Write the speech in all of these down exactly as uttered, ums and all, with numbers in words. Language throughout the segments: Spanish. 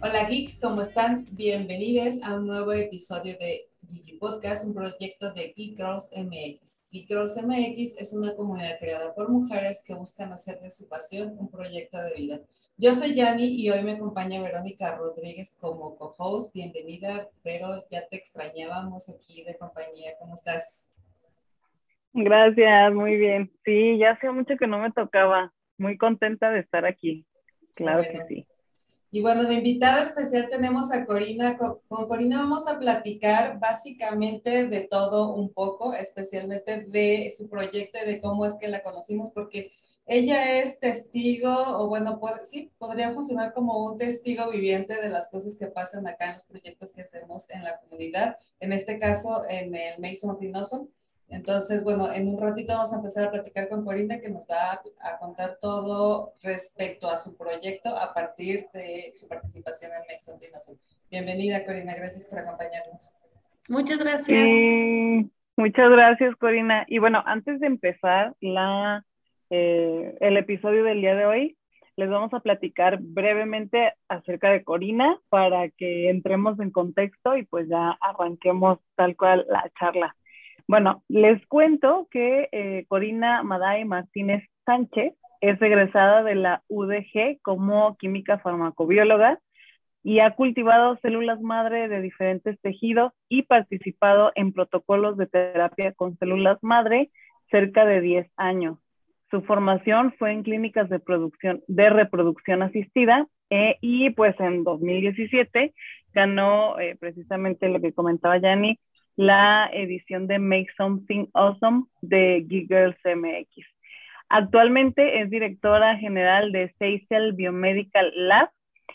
Hola geeks, ¿cómo están? Bienvenidos a un nuevo episodio de Gigi Podcast, un proyecto de Geek Girls M X. Geek Girls M X es una comunidad creada por mujeres que buscan hacer de su pasión un proyecto de vida. Yo soy Yani y hoy me acompaña Verónica Rodríguez como co-host. Bienvenida, pero ya te extrañábamos aquí de compañía. ¿Cómo estás? Gracias, muy bien. Sí, ya hacía mucho que no me tocaba. Muy contenta de estar aquí. Claro Bueno. que sí. Y bueno, de invitada especial tenemos a Corina. Con, con Corina vamos a platicar básicamente de todo un poco, especialmente de su proyecto y de cómo es que la conocimos, porque ella es testigo, o bueno, puede, sí, podría funcionar como un testigo viviente de las cosas que pasan acá en los proyectos que hacemos en la comunidad, en este caso en el Mason Reynoso. Entonces, bueno, en un ratito vamos a empezar a platicar con Corina, que nos va a, a contar todo respecto a su proyecto a partir de su participación en Mason Dinosaur. Bienvenida, Corina, gracias por acompañarnos. Muchas gracias. Sí, muchas gracias, Corina. Y bueno, antes de empezar la, eh, el episodio del día de hoy, les vamos a platicar brevemente acerca de Corina para que entremos en contexto y pues ya arranquemos tal cual la charla. Bueno, les cuento que eh, Corina Maday Martínez Sánchez es egresada de la U D G como química farmacobióloga y ha cultivado células madre de diferentes tejidos y participado en protocolos de terapia con células madre cerca de diez años. Su formación fue en clínicas de, producción, de reproducción asistida eh, y pues en dos mil diecisiete ganó eh, precisamente lo que comentaba Yani, la edición de Make Something Awesome de Geek Girls M X. Actualmente es directora general de Seychelles Biomedical Lab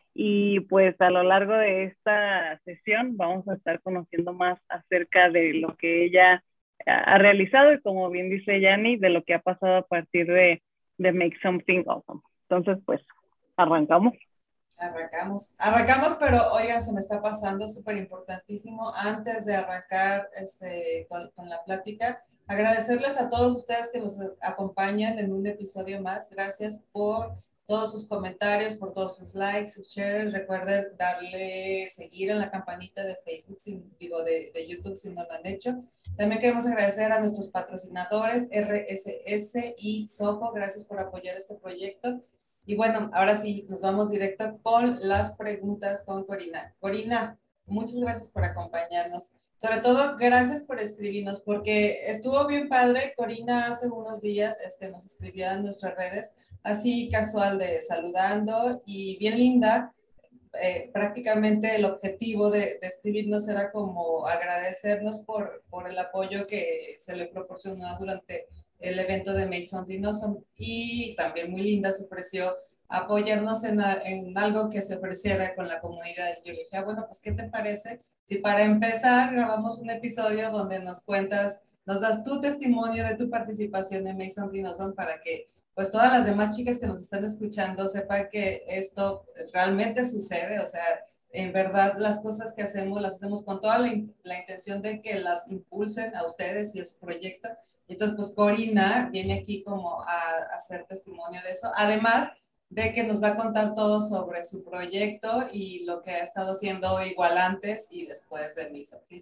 y pues a lo largo de esta sesión vamos a estar conociendo más acerca de lo que ella ha realizado y, como bien dice Yani, de lo que ha pasado a partir de, de Make Something Awesome. Entonces, pues, arrancamos. Arrancamos, arrancamos, pero oigan, se me está pasando súper importantísimo antes de arrancar este, con, con la plática. Agradecerles a todos ustedes que nos acompañan en un episodio más. Gracias por todos sus comentarios, por todos sus likes, sus shares. Recuerden darle seguir en la campanita de Facebook, si, digo, de, de YouTube si no lo han hecho. También queremos agradecer a nuestros patrocinadores, R S S y Soho. Gracias por apoyar este proyecto. Y bueno, ahora sí, nos vamos directo con las preguntas con Corina. Corina, muchas gracias por acompañarnos. Sobre todo, gracias por escribirnos, porque estuvo bien padre. Corina hace unos días este, nos escribió en nuestras redes, así casual de saludando y bien linda. Eh, prácticamente el objetivo de, de escribirnos era como agradecernos por, por el apoyo que se le proporcionó durante el evento de Mason Reynoso, y también muy linda se ofreció apoyarnos en, a, en algo que se ofreciera con la comunidad. Yo le dije, ah, bueno, pues, ¿qué te parece si para empezar grabamos un episodio donde nos cuentas, nos das tu testimonio de tu participación en Mason Reynoso para que pues todas las demás chicas que nos están escuchando sepan que esto realmente sucede? O sea, en verdad las cosas que hacemos las hacemos con toda la, la intención de que las impulsen a ustedes y a su proyecto. Entonces, pues Corina viene aquí como a, a hacer testimonio de eso, además de que nos va a contar todo sobre su proyecto y lo que ha estado haciendo igual antes y después de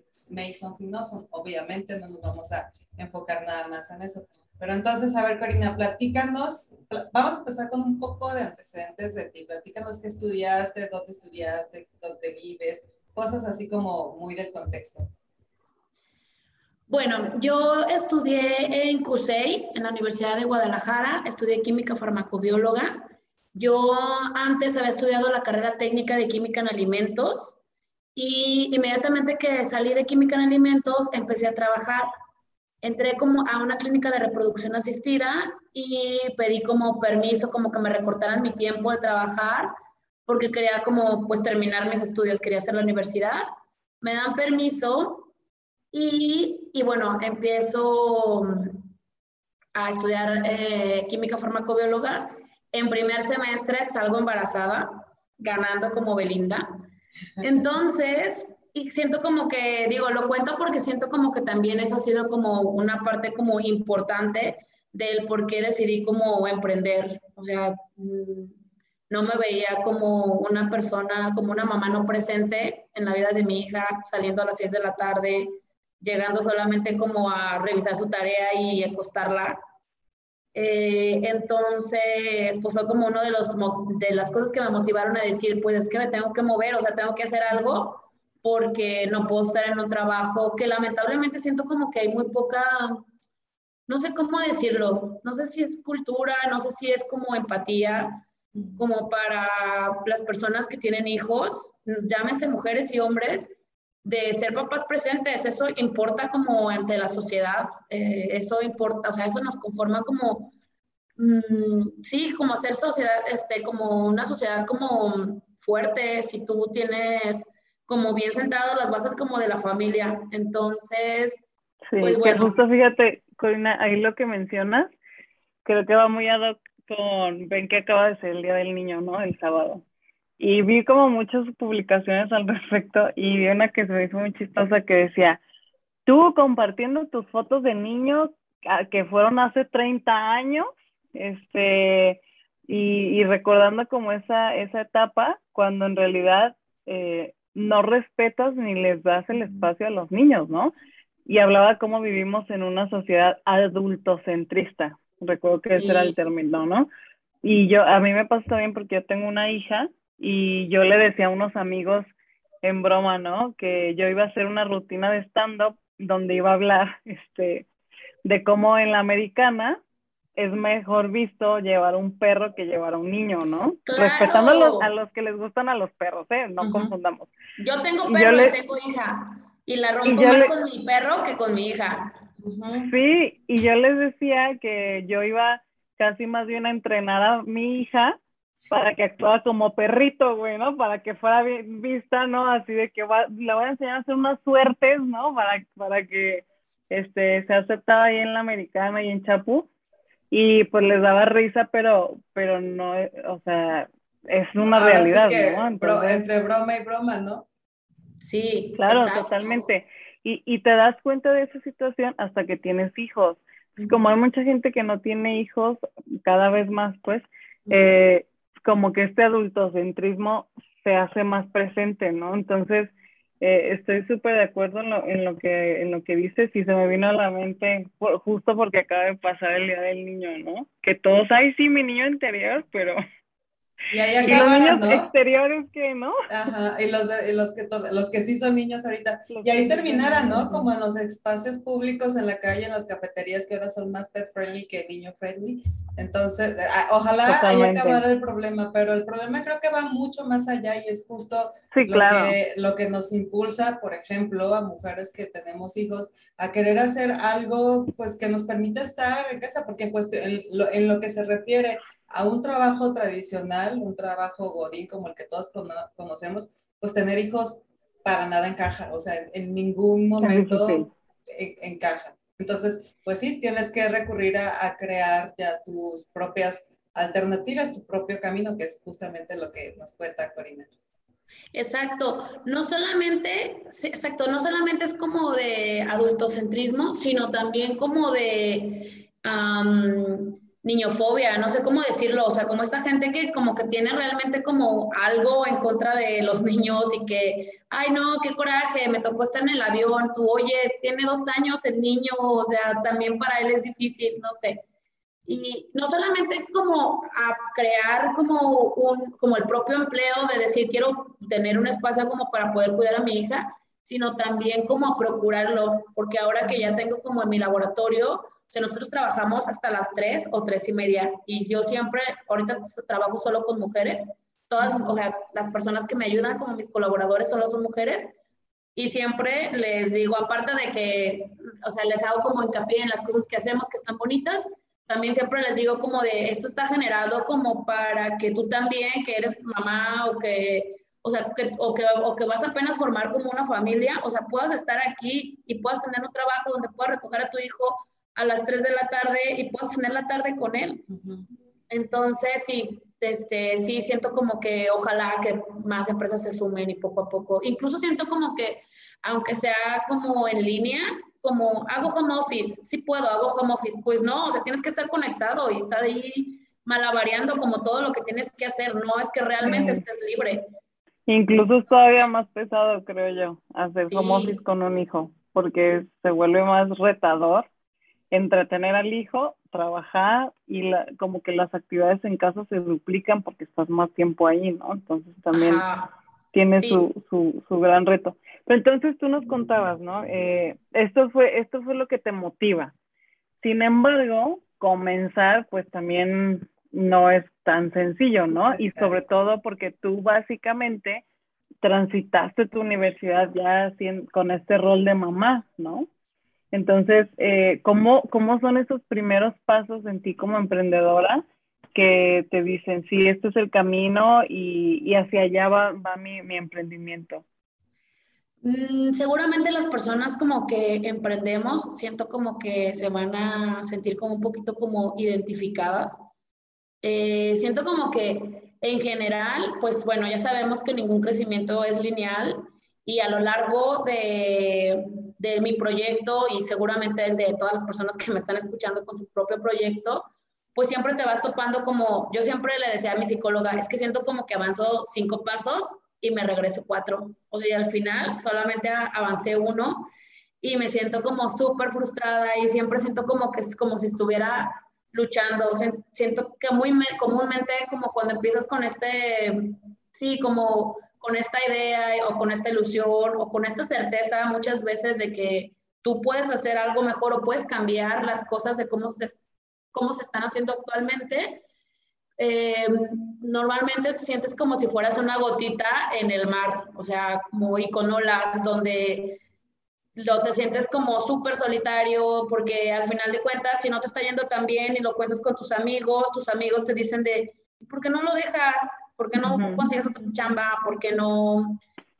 Mason Reynoso. Obviamente no nos vamos a enfocar nada más en eso. Pero entonces, a ver, Corina, platícanos, vamos a empezar con un poco de antecedentes de ti. Platícanos qué estudiaste, dónde estudiaste, dónde vives, cosas así como muy del contexto. Bueno, yo estudié en CUSEI, en la Universidad de Guadalajara, estudié química farmacobióloga. Yo antes había estudiado la carrera técnica de química en alimentos y inmediatamente que salí de química en alimentos empecé a trabajar. Entré como a una clínica de reproducción asistida y pedí como permiso, como que me recortaran mi tiempo de trabajar, porque quería como pues terminar mis estudios, quería hacer la universidad. Me dan permiso y, y bueno, empiezo a estudiar eh, química farmacobióloga. En primer semestre salgo embarazada, ganando como Belinda. Entonces... Y siento como que, digo, lo cuento porque siento como que también eso ha sido como una parte como importante del por qué decidí como emprender. O sea, no me veía como una persona, como una mamá no presente en la vida de mi hija, saliendo a las seis de la tarde, llegando solamente como a revisar su tarea y acostarla. Eh, entonces, pues fue como uno de, los, de las cosas que me motivaron a decir, pues es que me tengo que mover, o sea, tengo que hacer algo porque no puedo estar en un trabajo que lamentablemente siento como que hay muy poca, no sé cómo decirlo, no sé si es cultura, no sé si es como empatía, como para las personas que tienen hijos, llámense mujeres y hombres, de ser papás presentes. Eso importa como ante la sociedad, eh, eso importa, o sea, eso nos conforma como, mmm, sí, como hacer sociedad, este, como una sociedad como fuerte, si tú tienes como bien sentado las bases como de la familia. Entonces, sí, pues que bueno. justo fíjate, Corina, ahí lo que mencionas, creo que va muy ad hoc con, ven que acaba de ser el Día del Niño, ¿no? El sábado. Y vi como muchas publicaciones al respecto y vi una que se me hizo muy chistosa que decía, tú compartiendo tus fotos de niños que fueron hace treinta años, este, y, y recordando como esa, esa etapa, cuando en realidad eh, no respetas ni les das el espacio a los niños, ¿no? Y hablaba cómo vivimos en una sociedad adultocentrista, recuerdo que ese era el término, ¿no? Y yo, a mí me pasó también porque yo tengo una hija y yo le decía a unos amigos en broma, ¿no? Que yo iba a hacer una rutina de stand-up donde iba a hablar este, de cómo en la americana es mejor visto llevar un perro que llevar a un niño, ¿no? ¡Claro! Respetando a los, a los que les gustan a los perros, ¿eh? No uh-huh. confundamos. Yo tengo perro y, yo le, y tengo hija. Y la rompo y más le, con mi perro que con mi hija. Uh-huh. Sí, y yo les decía que yo iba casi más bien a entrenar a mi hija para que actuara como perrito, güey, ¿no? Para que fuera bien vista, ¿no? Así de que va, le voy a enseñar a hacer unas suertes, ¿no? Para, para que este, se aceptaba ahí en la americana y en Chapu. Y pues les daba risa, pero, pero no, o sea, es una Ahora realidad, sí que, ¿no? Entonces, bro, entre broma y broma, ¿no? Sí, claro, exacto. Totalmente. Y, y te das cuenta de esa situación hasta que tienes hijos. Uh-huh. Como hay mucha gente que no tiene hijos, cada vez más, pues, uh-huh. eh, como que este adultocentrismo se hace más presente, ¿no? Entonces, eh, estoy súper de acuerdo en lo, en, lo que, en lo que dices y se me vino a la mente por, justo porque acaba de pasar el Día del Niño, ¿no? Que todos, ay, sí, mi niño interior, pero... Y ahí acabaron, y los niños ¿no? exteriores, ¿qué, no? Ajá, y los, de, y los, que to- los que sí son niños ahorita. Los y ahí terminaran, ¿no? Como en los espacios públicos, en la calle, en las cafeterías, que ahora son más pet friendly que niño friendly. Entonces, ojalá Totalmente. Ahí acabara el problema, pero el problema creo que va mucho más allá y es justo sí, lo, claro. que, lo que nos impulsa, por ejemplo, a mujeres que tenemos hijos, a querer hacer algo, pues, que nos permita estar en casa, porque en, cuestión, en, lo, en lo que se refiere a un trabajo tradicional, un trabajo godín como el que todos cono- conocemos, pues tener hijos para nada encaja, o sea, en, en ningún momento en, encaja. Entonces, pues sí, tienes que recurrir a, a crear ya tus propias alternativas, tu propio camino, que es justamente lo que nos cuenta Corina. Exacto, no solamente, sí, exacto, no solamente es como de adultocentrismo, sino también como de... Um, niñofobia, no sé cómo decirlo, o sea, como esta gente que como que tiene realmente como algo en contra de los niños y que, ay no, qué coraje, me tocó estar en el avión, tú, oye, tiene dos años el niño, o sea, también para él es difícil, no sé. Y no solamente como a crear como, un, como el propio empleo de decir, quiero tener un espacio como para poder cuidar a mi hija, sino también como a procurarlo, porque ahora que ya tengo como en mi laboratorio, o sea, nosotros trabajamos hasta las tres o tres y media y yo siempre, ahorita trabajo solo con mujeres, todas, o sea, las personas que me ayudan como mis colaboradores solo son mujeres y siempre les digo, aparte de que, o sea, les hago como hincapié en las cosas que hacemos que están bonitas, también siempre les digo como de, esto está generado como para que tú también, que eres mamá o que, o sea, que, o, que, o que vas apenas a formar como una familia, o sea, puedas estar aquí y puedas tener un trabajo donde puedas recoger a tu hijo a las tres de la tarde y puedas tener la tarde con él. Uh-huh. Entonces, sí, este, sí siento como que ojalá que más empresas se sumen y poco a poco, incluso siento como que, aunque sea como en línea, como hago home office, sí puedo, hago home office, pues no, o sea, tienes que estar conectado y estar ahí malabareando como todo lo que tienes que hacer, no es que realmente Sí. estés libre. Incluso es todavía más pesado, creo yo, hacer Sí. home office con un hijo, porque se vuelve más retador entretener al hijo, trabajar y la, como que las actividades en casa se duplican porque estás más tiempo ahí, ¿no? Entonces también Ajá. tiene Sí. su, su, su gran reto. Pero entonces tú nos contabas, ¿no? Eh, esto fue, esto fue lo que te motiva. Sin embargo, comenzar pues también no es tan sencillo, ¿no? Sí, Y sobre exacto. todo porque tú básicamente transitaste tu universidad ya sin, con este rol de mamá, ¿no? Entonces, eh, ¿cómo, ¿cómo son esos primeros pasos en ti como emprendedora que te dicen, sí, este es el camino y, y hacia allá va, va mi, mi emprendimiento? Mm, seguramente las personas como que emprendemos, siento como que se van a sentir como un poquito como identificadas. Eh, siento como que en general, pues bueno, ya sabemos que ningún crecimiento es lineal y a lo largo de, de mi proyecto y seguramente el de todas las personas que me están escuchando con su propio proyecto, pues siempre te vas topando como, yo siempre le decía a mi psicóloga, es que siento como que avanzo cinco pasos y me regreso cuatro. O sea, y al final solamente avancé uno y me siento como súper frustrada y siempre siento como que es como si estuviera luchando. O sea, siento que muy me, comúnmente como cuando empiezas con este, sí, como con esta idea o con esta ilusión o con esta certeza muchas veces de que tú puedes hacer algo mejor o puedes cambiar las cosas de cómo se, cómo se están haciendo actualmente, eh, normalmente te sientes como si fueras una gotita en el mar, o sea, como y con olas, donde lo te sientes como súper solitario, porque al final de cuentas, si no te está yendo tan bien y lo cuentas con tus amigos, tus amigos te dicen de, ¿por qué no lo dejas? ¿Por qué no uh-huh. consigues otra chamba? ¿Por qué no,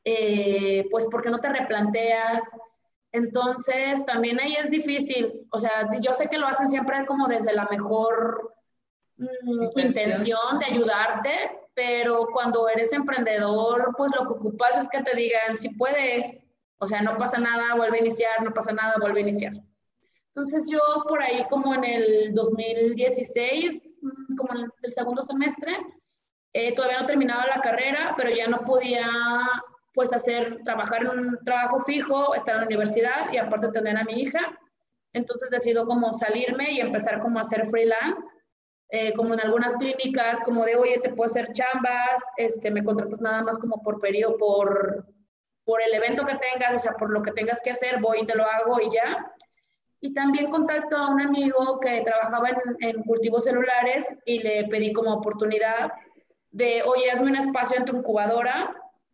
eh, pues, por qué no te replanteas? Entonces, también ahí es difícil, o sea, yo sé que lo hacen siempre como desde la mejor intención. intención de ayudarte, pero cuando eres emprendedor, pues lo que ocupas es que te digan si puedes, o sea, no pasa nada, vuelve a iniciar, no pasa nada, vuelve a iniciar. Entonces yo por ahí como en el dos mil dieciséis, como en el segundo semestre, eh, todavía no terminaba la carrera, pero ya no podía pues hacer, trabajar en un trabajo fijo, estar en la universidad y aparte tener a mi hija. Entonces decido como salirme y empezar como a hacer freelance. Eh, como en algunas clínicas, como de, oye, te puedo hacer chambas, este, me contratas nada más como por periodo, por, por el evento que tengas, o sea, por lo que tengas que hacer, voy y te lo hago y ya. Y también contacto a un amigo que trabajaba en, en cultivos celulares y le pedí como oportunidad de, oye, hazme un espacio en tu incubadora,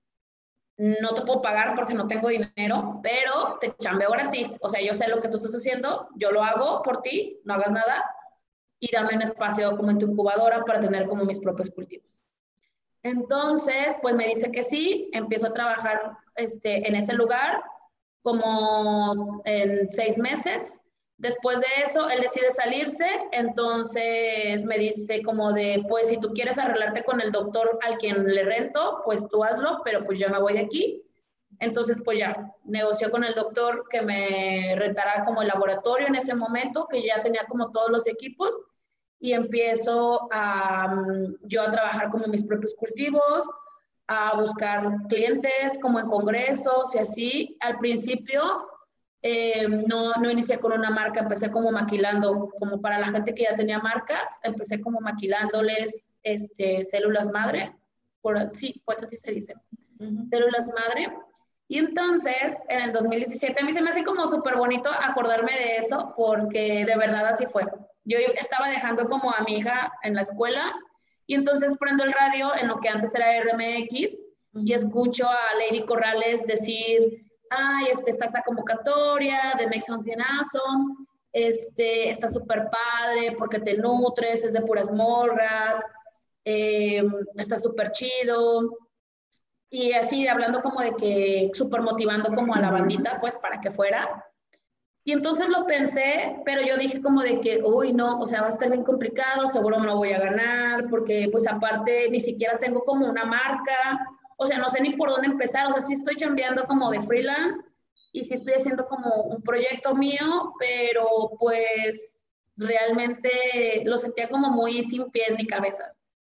no te puedo pagar porque no tengo dinero, pero te chambeo gratis, o sea, yo sé lo que tú estás haciendo, yo lo hago por ti, no hagas nada, y dame un espacio como en tu incubadora para tener como mis propios cultivos. Entonces, pues me dice que sí, empiezo a trabajar este, en ese lugar como en seis meses. Después de eso, él decide salirse, entonces me dice como de, pues si tú quieres arreglarte con el doctor al quien le rento, pues tú hazlo, pero pues yo me voy de aquí. Entonces, pues ya, negoció con el doctor que me rentara como el laboratorio en ese momento, que ya tenía como todos los equipos, y empiezo a, um, yo a trabajar como mis propios cultivos, a buscar clientes como en congresos y así. Al principio eh, no, no inicié con una marca, empecé como maquilando, como para la gente que ya tenía marcas, empecé como maquilándoles este, células madre, por, sí, pues así se dice, uh-huh. células madre. Y entonces, en el dos mil diecisiete, a mí se me hace como súper bonito acordarme de eso, porque de verdad así fue. Yo estaba dejando como a mi hija en la escuela, y entonces prendo el radio en lo que antes era R M X, uh-huh. y escucho a Lady Corrales decir, ay, este, está esta convocatoria de Make Something Awesome, este, está súper padre porque te nutres, es de puras morras, eh, está súper chido. Y así, hablando como de que, súper motivando como a la bandita, pues, para que fuera. Y entonces lo pensé, pero yo dije como de que, uy, no, o sea, va a estar bien complicado, seguro no lo voy a ganar, porque, pues, aparte, ni siquiera tengo como una marca, o sea, no sé ni por dónde empezar, o sea, sí estoy chambeando como de freelance, y sí estoy haciendo como un proyecto mío, pero, pues, realmente lo sentía como muy sin pies ni cabeza.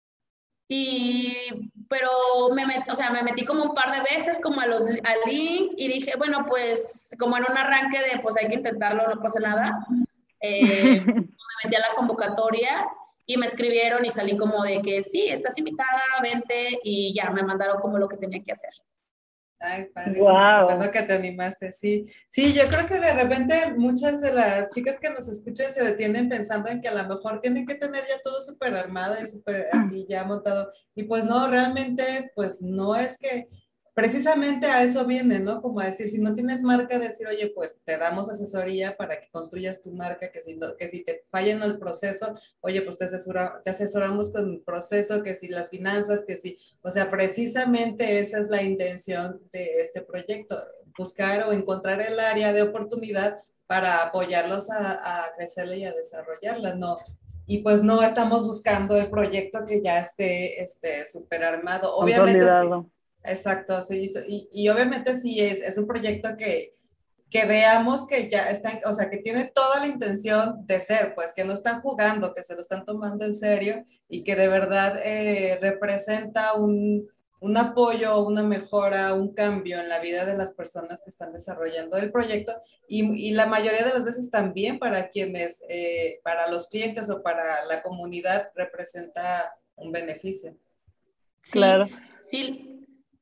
Y, pero me metí, o sea, me metí como un par de veces como a los, al link y dije, bueno, pues como en un arranque de, pues hay que intentarlo, no pasa nada. Eh, me metí a la convocatoria y me escribieron y salí como de que sí, estás invitada, vente, y ya me mandaron como lo que tenía que hacer. Ay, padrísimo, Wow. qué bueno que te animaste, sí. Sí, yo creo que de repente muchas de las chicas que nos escuchan se detienen pensando en que a lo mejor tienen que tener ya todo súper armado y súper así ya montado. Y pues no, realmente, pues no es que, precisamente a eso viene, ¿no? Como a decir, si no tienes marca, decir, oye, pues te damos asesoría para que construyas tu marca, que si, no, que si te falla en el proceso, oye, pues te, asesora, te asesoramos con el proceso, que si las finanzas, que si, o sea, precisamente esa es la intención de este proyecto, buscar o encontrar el área de oportunidad para apoyarlos a, a crecerla y a desarrollarla, ¿no? Y pues no estamos buscando el proyecto que ya esté este, súper armado. Obviamente sí. Exacto, sí, y, y obviamente sí es, es un proyecto que, que veamos que ya están, o sea, que tiene toda la intención de ser, pues que no están jugando, que se lo están tomando en serio y que de verdad eh, representa un, un apoyo, una mejora, un cambio en la vida de las personas que están desarrollando el proyecto y, y la mayoría de las veces también para quienes, eh, para los clientes o para la comunidad representa un beneficio. Sí, claro. Sí.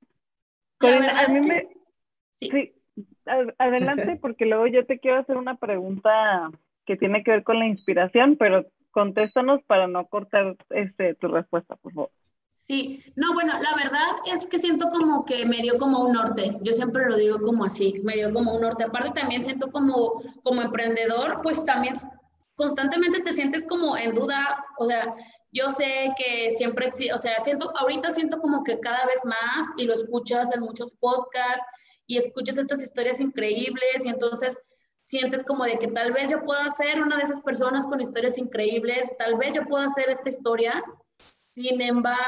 Corina, a mí me... Sí, sí adelante, porque luego yo te quiero hacer una pregunta que tiene que ver con la inspiración, pero contéstanos para no cortar este, tu respuesta, por favor. Sí, no, bueno, la verdad es que siento como que me dio como un norte, yo siempre lo digo como así, me dio como un norte. Aparte también siento como, como emprendedor, pues también constantemente te sientes como en duda, o sea, yo sé que siempre, o sea, siento, ahorita siento como que cada vez más, y lo escuchas en muchos podcasts, y escuchas estas historias increíbles, y entonces sientes como de que tal vez yo pueda ser una de esas personas con historias increíbles, tal vez yo pueda hacer esta historia. Sin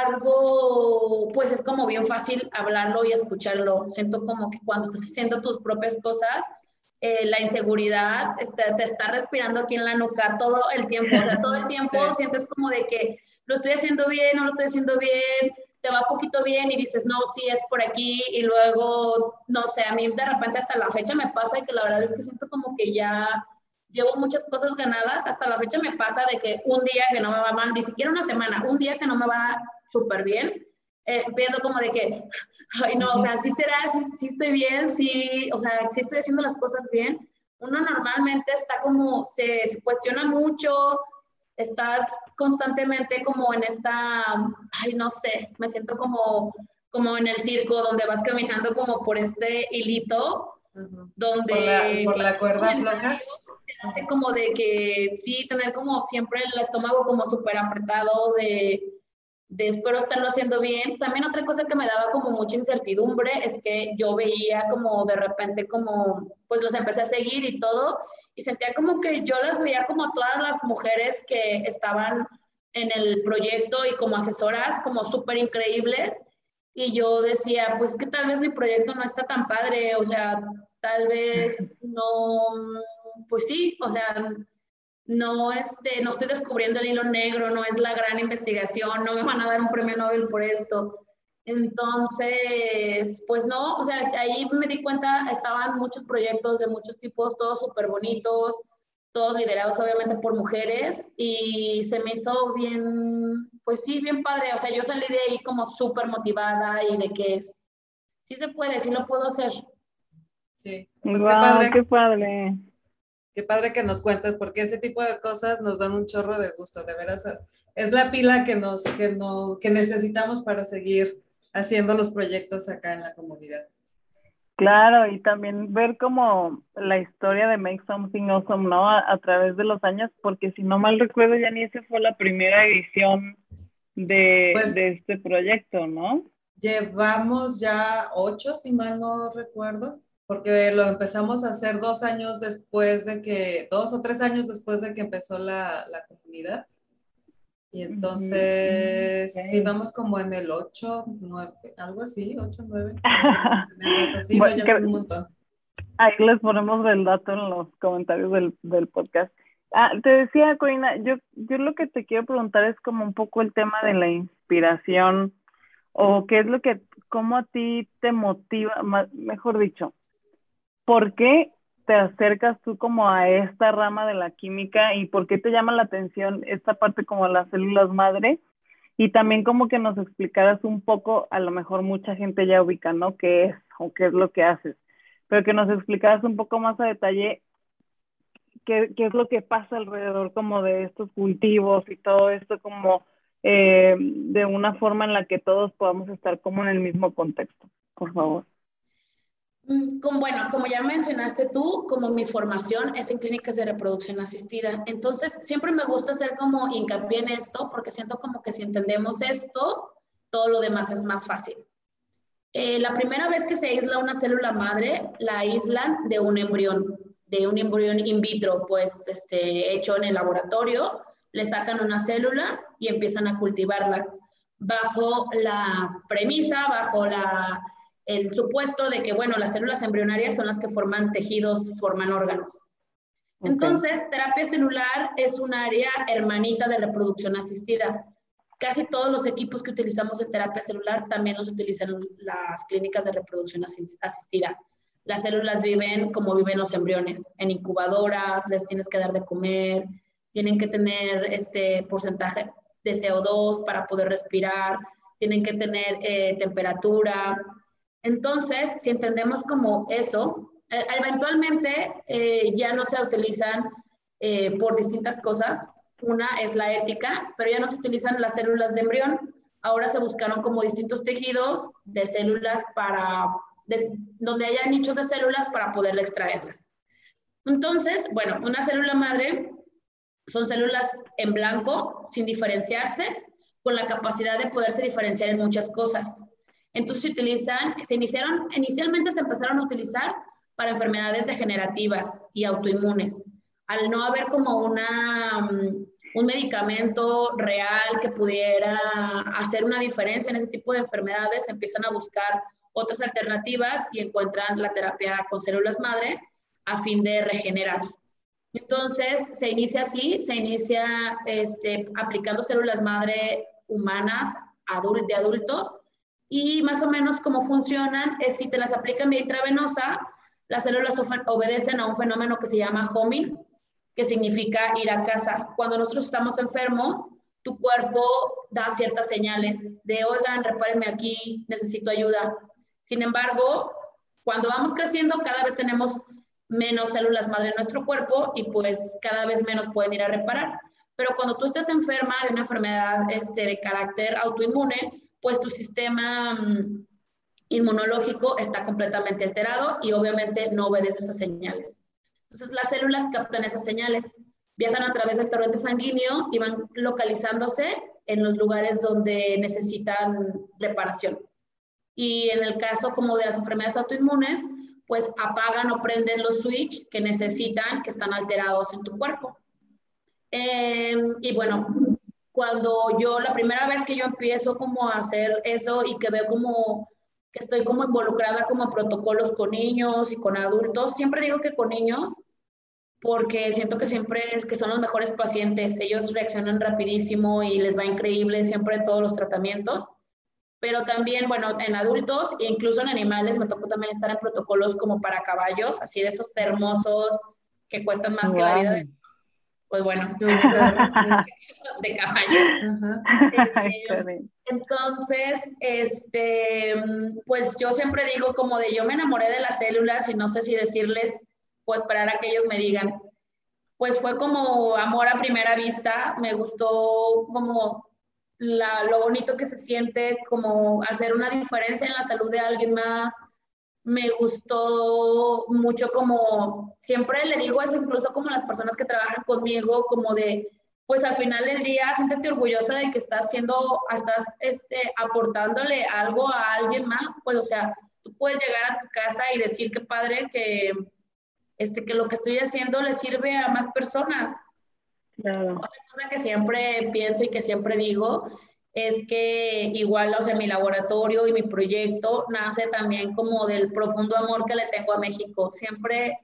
embargo, pues es como bien fácil hablarlo y escucharlo. Siento como que cuando estás haciendo tus propias cosas, eh, la inseguridad este, te está respirando aquí en la nuca todo el tiempo. O sea, todo el tiempo sí. Sientes como de que lo estoy haciendo bien, no lo estoy haciendo bien, te va poquito bien y dices, no, sí, es por aquí. Y luego, no sé, a mí de repente hasta la fecha me pasa que la verdad es que siento como que ya llevo muchas cosas ganadas. Hasta la fecha me pasa de que un día que no me va mal, ni siquiera una semana, un día que no me va súper bien, eh, empiezo como de que, ay no, o sea, sí será, sí, sí estoy bien, sí, o sea, sí estoy haciendo las cosas bien. Uno normalmente está como, se, se cuestiona mucho, estás constantemente como en esta, ay no sé, me siento como, como en el circo donde vas caminando como por este hilito, uh-huh. donde... Por la, por la cuerda floja. Hace como de que sí, tener como siempre el estómago como súper apretado de, de espero estarlo haciendo bien. También otra cosa que me daba como mucha incertidumbre es que yo veía como de repente como, pues los empecé a seguir y todo, y sentía como que yo las veía como a todas las mujeres que estaban en el proyecto y como asesoras como súper increíbles, y yo decía, pues que tal vez mi proyecto no está tan padre, o sea, tal vez no... Pues sí, o sea, no, este, no estoy descubriendo el hilo negro, no es la gran investigación, no me van a dar un premio Nobel por esto. Entonces, pues no, o sea, ahí me di cuenta, estaban muchos proyectos de muchos tipos, todos súper bonitos, todos liderados obviamente por mujeres, y se me hizo bien, pues sí, bien padre. O sea, yo salí de ahí como súper motivada y de que es, sí se puede, sí lo puedo hacer. Sí, pues wow, qué padre. Qué padre. Qué padre que nos cuentes, porque ese tipo de cosas nos dan un chorro de gusto, de veras. Es la pila que, nos, que, no, que necesitamos para seguir haciendo los proyectos acá en la comunidad. Claro, y también ver como la historia de Make Something Awesome, ¿no? A, a través de los años, porque si no mal recuerdo, ya ni esa fue la primera edición de, pues, de este proyecto, ¿no? Llevamos ya ocho, si mal no recuerdo, porque lo empezamos a hacer dos años después de que, dos o tres años después de que empezó la, la comunidad. Y entonces, okay. sí, vamos como en el ocho, nueve, algo así, ocho, nueve. Sí, bueno, no, ya son un montón. Ahí les ponemos el dato en los comentarios del, del podcast. Ah, te decía, Corina, yo, yo lo que te quiero preguntar es como un poco el tema de la inspiración, o qué es lo que, cómo a ti te motiva, más, mejor dicho, ¿por qué te acercas tú como a esta rama de la química y por qué te llama la atención esta parte como las células madre? Y también como que nos explicaras un poco, a lo mejor mucha gente ya ubica, ¿no? ¿Qué es o qué es lo que haces? Pero que nos explicaras un poco más a detalle qué, qué es lo que pasa alrededor como de estos cultivos y todo esto como eh, de una forma en la que todos podamos estar como en el mismo contexto, por favor. Como, bueno, como ya mencionaste tú, como mi formación es en clínicas de reproducción asistida, entonces siempre me gusta hacer como hincapié en esto, porque siento como que si entendemos esto, todo lo demás es más fácil. Eh, la primera vez que se aísla una célula madre, la aíslan de un embrión, de un embrión in vitro, pues este, hecho en el laboratorio, le sacan una célula y empiezan a cultivarla, bajo la premisa, bajo la... el supuesto de que, bueno, las células embrionarias son las que forman tejidos, forman órganos. Okay. Entonces, terapia celular es un área hermanita de reproducción asistida. Casi todos los equipos que utilizamos en terapia celular también los utilizan las clínicas de reproducción asistida. Las células viven como viven los embriones, en incubadoras, les tienes que dar de comer, tienen que tener este porcentaje de C O dos para poder respirar, tienen que tener eh, temperatura. Entonces, si entendemos como eso, eh, eventualmente eh, ya no se utilizan eh, por distintas cosas. Una es la ética, pero ya no se utilizan las células de embrión. Ahora se buscaron como distintos tejidos de células para, de, donde haya nichos de células para poder extraerlas. Entonces, bueno, una célula madre son células en blanco, sin diferenciarse, con la capacidad de poderse diferenciar en muchas cosas. Entonces se utilizan, se iniciaron, inicialmente se empezaron a utilizar para enfermedades degenerativas y autoinmunes. Al no haber como una, un medicamento real que pudiera hacer una diferencia en ese tipo de enfermedades, empiezan a buscar otras alternativas y encuentran la terapia con células madre a fin de regenerar. Entonces se inicia así, se inicia este, aplicando células madre humanas adult, de adulto, y más o menos cómo funcionan es si te las aplican vía intravenosa, las células obedecen a un fenómeno que se llama homing, que significa ir a casa. Cuando nosotros estamos enfermos, tu cuerpo da ciertas señales de, oigan, repárenme aquí, necesito ayuda. Sin embargo, cuando vamos creciendo, cada vez tenemos menos células madre en nuestro cuerpo y pues cada vez menos pueden ir a reparar. Pero cuando tú estás enferma de una enfermedad este, de carácter autoinmune, pues tu sistema um, inmunológico está completamente alterado y obviamente no obedece esas señales. Entonces las células captan esas señales, viajan a través del torrente sanguíneo y van localizándose en los lugares donde necesitan reparación. Y en el caso como de las enfermedades autoinmunes, pues apagan o prenden los switch que necesitan, que están alterados en tu cuerpo. Eh, y bueno, cuando yo, la primera vez que yo empiezo como a hacer eso y que veo como que estoy como involucrada como en protocolos con niños y con adultos, siempre digo que con niños, porque siento que siempre es que son los mejores pacientes, ellos reaccionan rapidísimo y les va increíble siempre todos los tratamientos, pero también, bueno, en adultos e incluso en animales me tocó también estar en protocolos como para caballos, así de esos hermosos que cuestan más wow. que la vida de... Pues bueno, de caballos. Eh, entonces, este, pues yo siempre digo como de yo me enamoré de las células y no sé si decirles o esperar a que ellos me digan. Pues fue como amor a primera vista, me gustó como la, lo bonito que se siente, como hacer una diferencia en la salud de alguien más. Me gustó mucho como, siempre le digo eso incluso como las personas que trabajan conmigo, como de, pues al final del día, siéntete orgullosa de que estás haciendo, estás este, aportándole algo a alguien más, pues o sea, tú puedes llegar a tu casa y decir qué padre que, este, que lo que estoy haciendo le sirve a más personas. Claro. Otra cosa que siempre pienso y que siempre digo es que igual, o sea, mi laboratorio y mi proyecto nace también como del profundo amor que le tengo a México. Siempre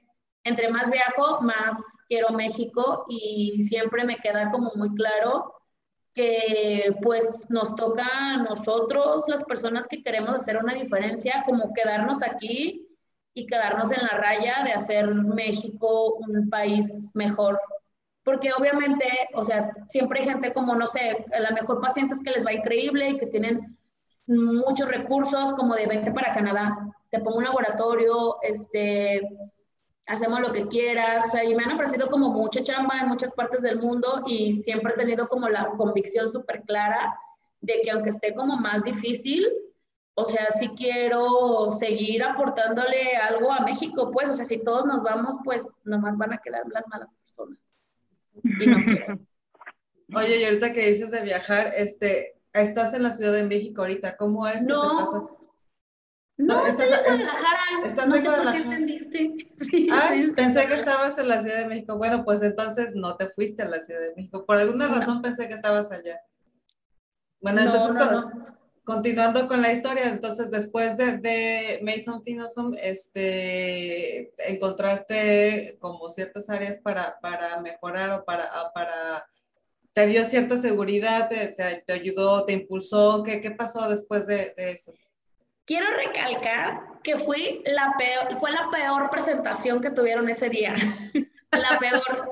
entre más viajo, más quiero México y siempre me queda como muy claro que pues nos toca a nosotros, las personas que queremos hacer una diferencia, como quedarnos aquí y quedarnos en la raya de hacer México un país mejor. Porque obviamente, o sea, siempre hay gente como, no sé, a lo mejor pacientes que les va increíble y que tienen muchos recursos, como de vente para Canadá, te pongo un laboratorio, este, hacemos lo que quieras, o sea, y me han ofrecido como mucha chamba en muchas partes del mundo y siempre he tenido como la convicción súper clara de que aunque esté como más difícil, o sea, sí quiero seguir aportándole algo a México, pues, o sea, si todos nos vamos, pues, nomás van a quedar las malas personas. Y no quiero. Oye, y ahorita que dices de viajar, este, estás en la Ciudad de México ahorita, ¿cómo es no. que te pasa? No, No, estás en Guadalajara. ¿Estás no en sé Guadalajara? por qué entendiste. Sí, Ah, en pensé que estabas en la Ciudad de México. Bueno, pues entonces no te fuiste a la Ciudad de México. Por alguna no. razón pensé que estabas allá. Bueno, no, entonces, no, con, no. continuando con la historia, entonces después de, de Mason Finosom, este, encontraste como ciertas áreas para, para mejorar o para, para, te dio cierta seguridad, te, te, te ayudó, te impulsó. ¿Qué, qué pasó después de, de eso? Quiero recalcar que fui la peor, fue la peor presentación que tuvieron ese día. La peor.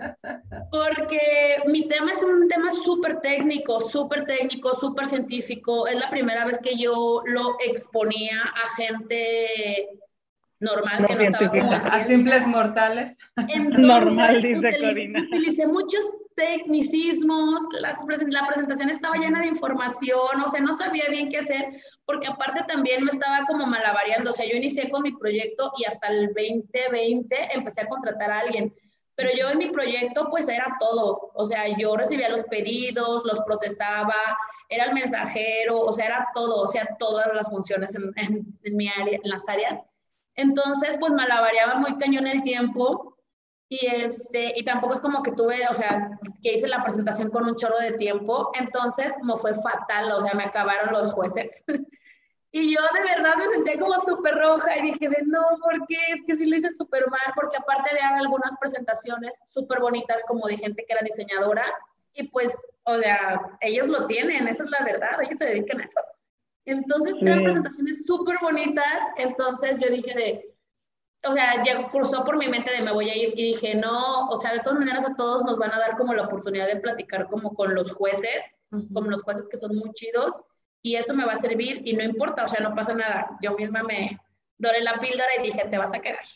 Porque mi tema es un tema súper técnico, súper técnico, súper científico. Es la primera vez que yo lo exponía a gente normal, no que no estaba como en A ciencia. simples mortales. Entonces, normal, dice utilicé, Corina. utilicé muchos tecnicismos, las, la presentación estaba llena de información, o sea, no sabía bien qué hacer, porque aparte también me estaba como malabareando, o sea, yo inicié con mi proyecto y hasta el veinte veinte empecé a contratar a alguien, pero yo en mi proyecto pues era todo, o sea, yo recibía los pedidos, los procesaba, era el mensajero, o sea, era todo, o sea, todas las funciones en, en, en mi área, en las áreas. Entonces, pues malabareaba muy cañón el tiempo. Y, este, y tampoco es como que tuve, o sea, que hice la presentación con un chorro de tiempo, entonces como fue fatal, o sea, me acabaron los jueces. Y yo de verdad me senté como súper roja y dije de no, ¿por qué? Es que sí lo hice súper mal, porque aparte vean algunas presentaciones súper bonitas como de gente que era diseñadora y pues, o sea, ellos lo tienen, esa es la verdad, ellos se dedican a eso. Entonces eran presentaciones súper bonitas, entonces yo dije de... O sea, ya cruzó por mi mente de me voy a ir y dije, no, o sea, de todas maneras a todos nos van a dar como la oportunidad de platicar como con los jueces, uh-huh. como los jueces que son muy chidos, y eso me va a servir y no importa, o sea, no pasa nada. Yo misma me doré la píldora y dije, te vas a quedar.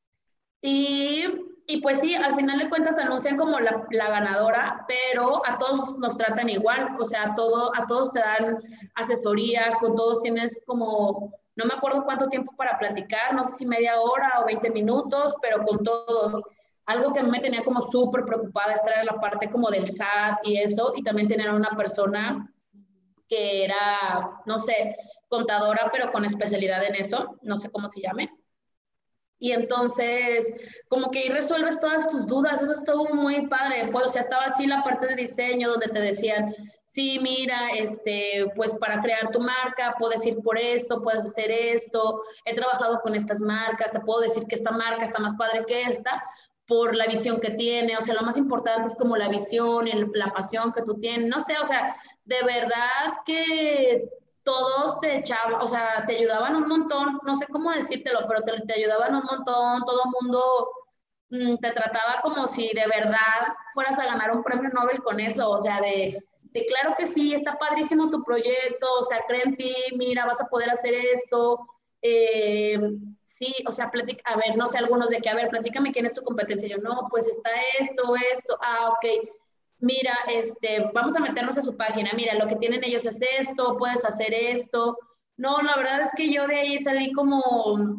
Y, y pues sí, al final de cuentas anuncian como la, la ganadora, pero a todos nos tratan igual, o sea, a, todo, a todos te dan asesoría, con todos tienes como... No me acuerdo cuánto tiempo para platicar, no sé si media hora o veinte minutos, pero con todos. Algo que a mí me tenía como súper preocupada estar en la parte como del S A T y eso, y también tener una persona que era, no sé, contadora, pero con especialidad en eso, no sé cómo se llame. Y entonces, como que ahí resuelves todas tus dudas, eso estuvo muy padre. Pues, o sea, estaba así la parte de diseño donde te decían, sí, mira, este, pues para crear tu marca puedes ir por esto, puedes hacer esto, he trabajado con estas marcas, te puedo decir que esta marca está más padre que esta por la visión que tiene, o sea, lo más importante es como la visión, el, la pasión que tú tienes, no sé, o sea, de verdad que todos te echaban, o sea, te ayudaban un montón, no sé cómo decírtelo, pero te, te ayudaban un montón, todo el mundo mmm, te trataba como si de verdad fueras a ganar un premio Nobel con eso, o sea, de... de claro que sí, está padrísimo tu proyecto, o sea, cree en ti, mira, vas a poder hacer esto, eh, sí, o sea, platica, a ver, no sé, algunos de que, a ver, platícame quién es tu competencia, yo, no, pues está esto, esto, ah, ok, mira, este, vamos a meternos a su página, mira, lo que tienen ellos es esto, puedes hacer esto, no, la verdad es que yo de ahí salí como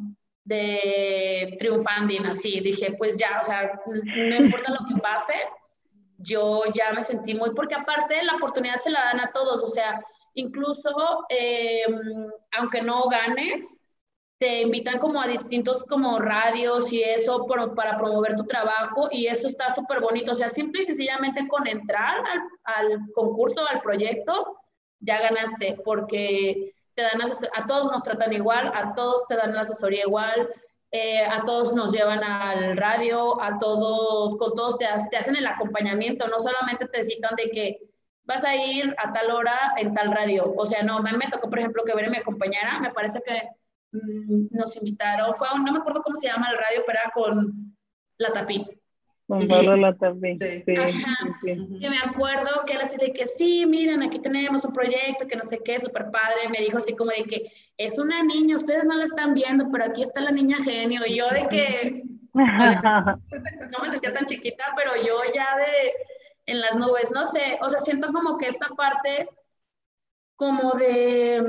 de triunfanding, así, dije, pues ya, o sea, no importa lo que pase, yo ya me sentí muy, porque aparte la oportunidad se la dan a todos, o sea, incluso eh, aunque no ganes, te invitan como a distintos como radios y eso por, para promover tu trabajo y eso está súper bonito, o sea, simple y sencillamente con entrar al, al concurso, al proyecto, ya ganaste, porque te dan asesor- a todos nos tratan igual, a todos te dan la asesoría igual, eh, a todos nos llevan al radio, a todos, con todos te, te hacen el acompañamiento, no solamente te citan de que vas a ir a tal hora en tal radio, o sea, no, me, me tocó, por ejemplo, que Bere me acompañara, me parece que mmm, nos invitaron, fue un, no me acuerdo cómo se llama el radio, pero era con La Tapí. Con Pablo La Tapí. Sí. Sí, Ajá. sí, sí. Y me acuerdo que él así de que sí, miren, aquí tenemos un proyecto que no sé qué, súper padre, me dijo así como de que es una niña, ustedes no la están viendo, pero aquí está la niña genio, y yo de que no me sentía tan chiquita, pero yo ya de en las nubes, no sé, o sea, siento como que esta parte como de,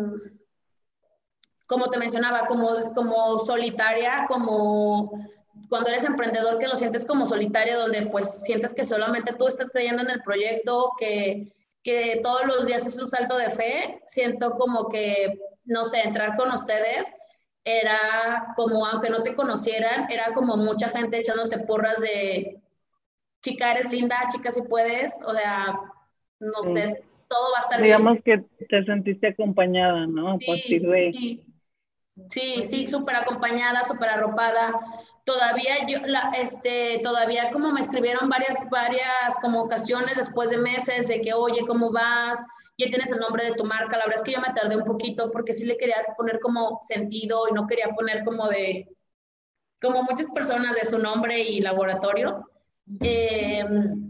como te mencionaba, como, como solitaria, como cuando eres emprendedor que lo sientes como solitario, donde pues sientes que solamente tú estás creyendo en el proyecto, que, que todos los días es un salto de fe, siento como que, no sé, entrar con ustedes era como, aunque no te conocieran, era como mucha gente echándote porras de chica, eres linda, chica, si puedes, o sea, no Sí. sé, todo va a estar Digamos bien. que te sentiste acompañada, ¿no? A partir Sí, de... sí. Sí, Pues sí, sí. súper acompañada, súper arropada. Todavía yo, la, este, todavía como me escribieron varias, varias como ocasiones después de meses de que, oye, ¿cómo vas? Ya tienes el nombre de tu marca. La verdad es que yo me tardé un poquito porque sí le quería poner como sentido y no quería poner como de, como muchas personas de su nombre y laboratorio. Eh,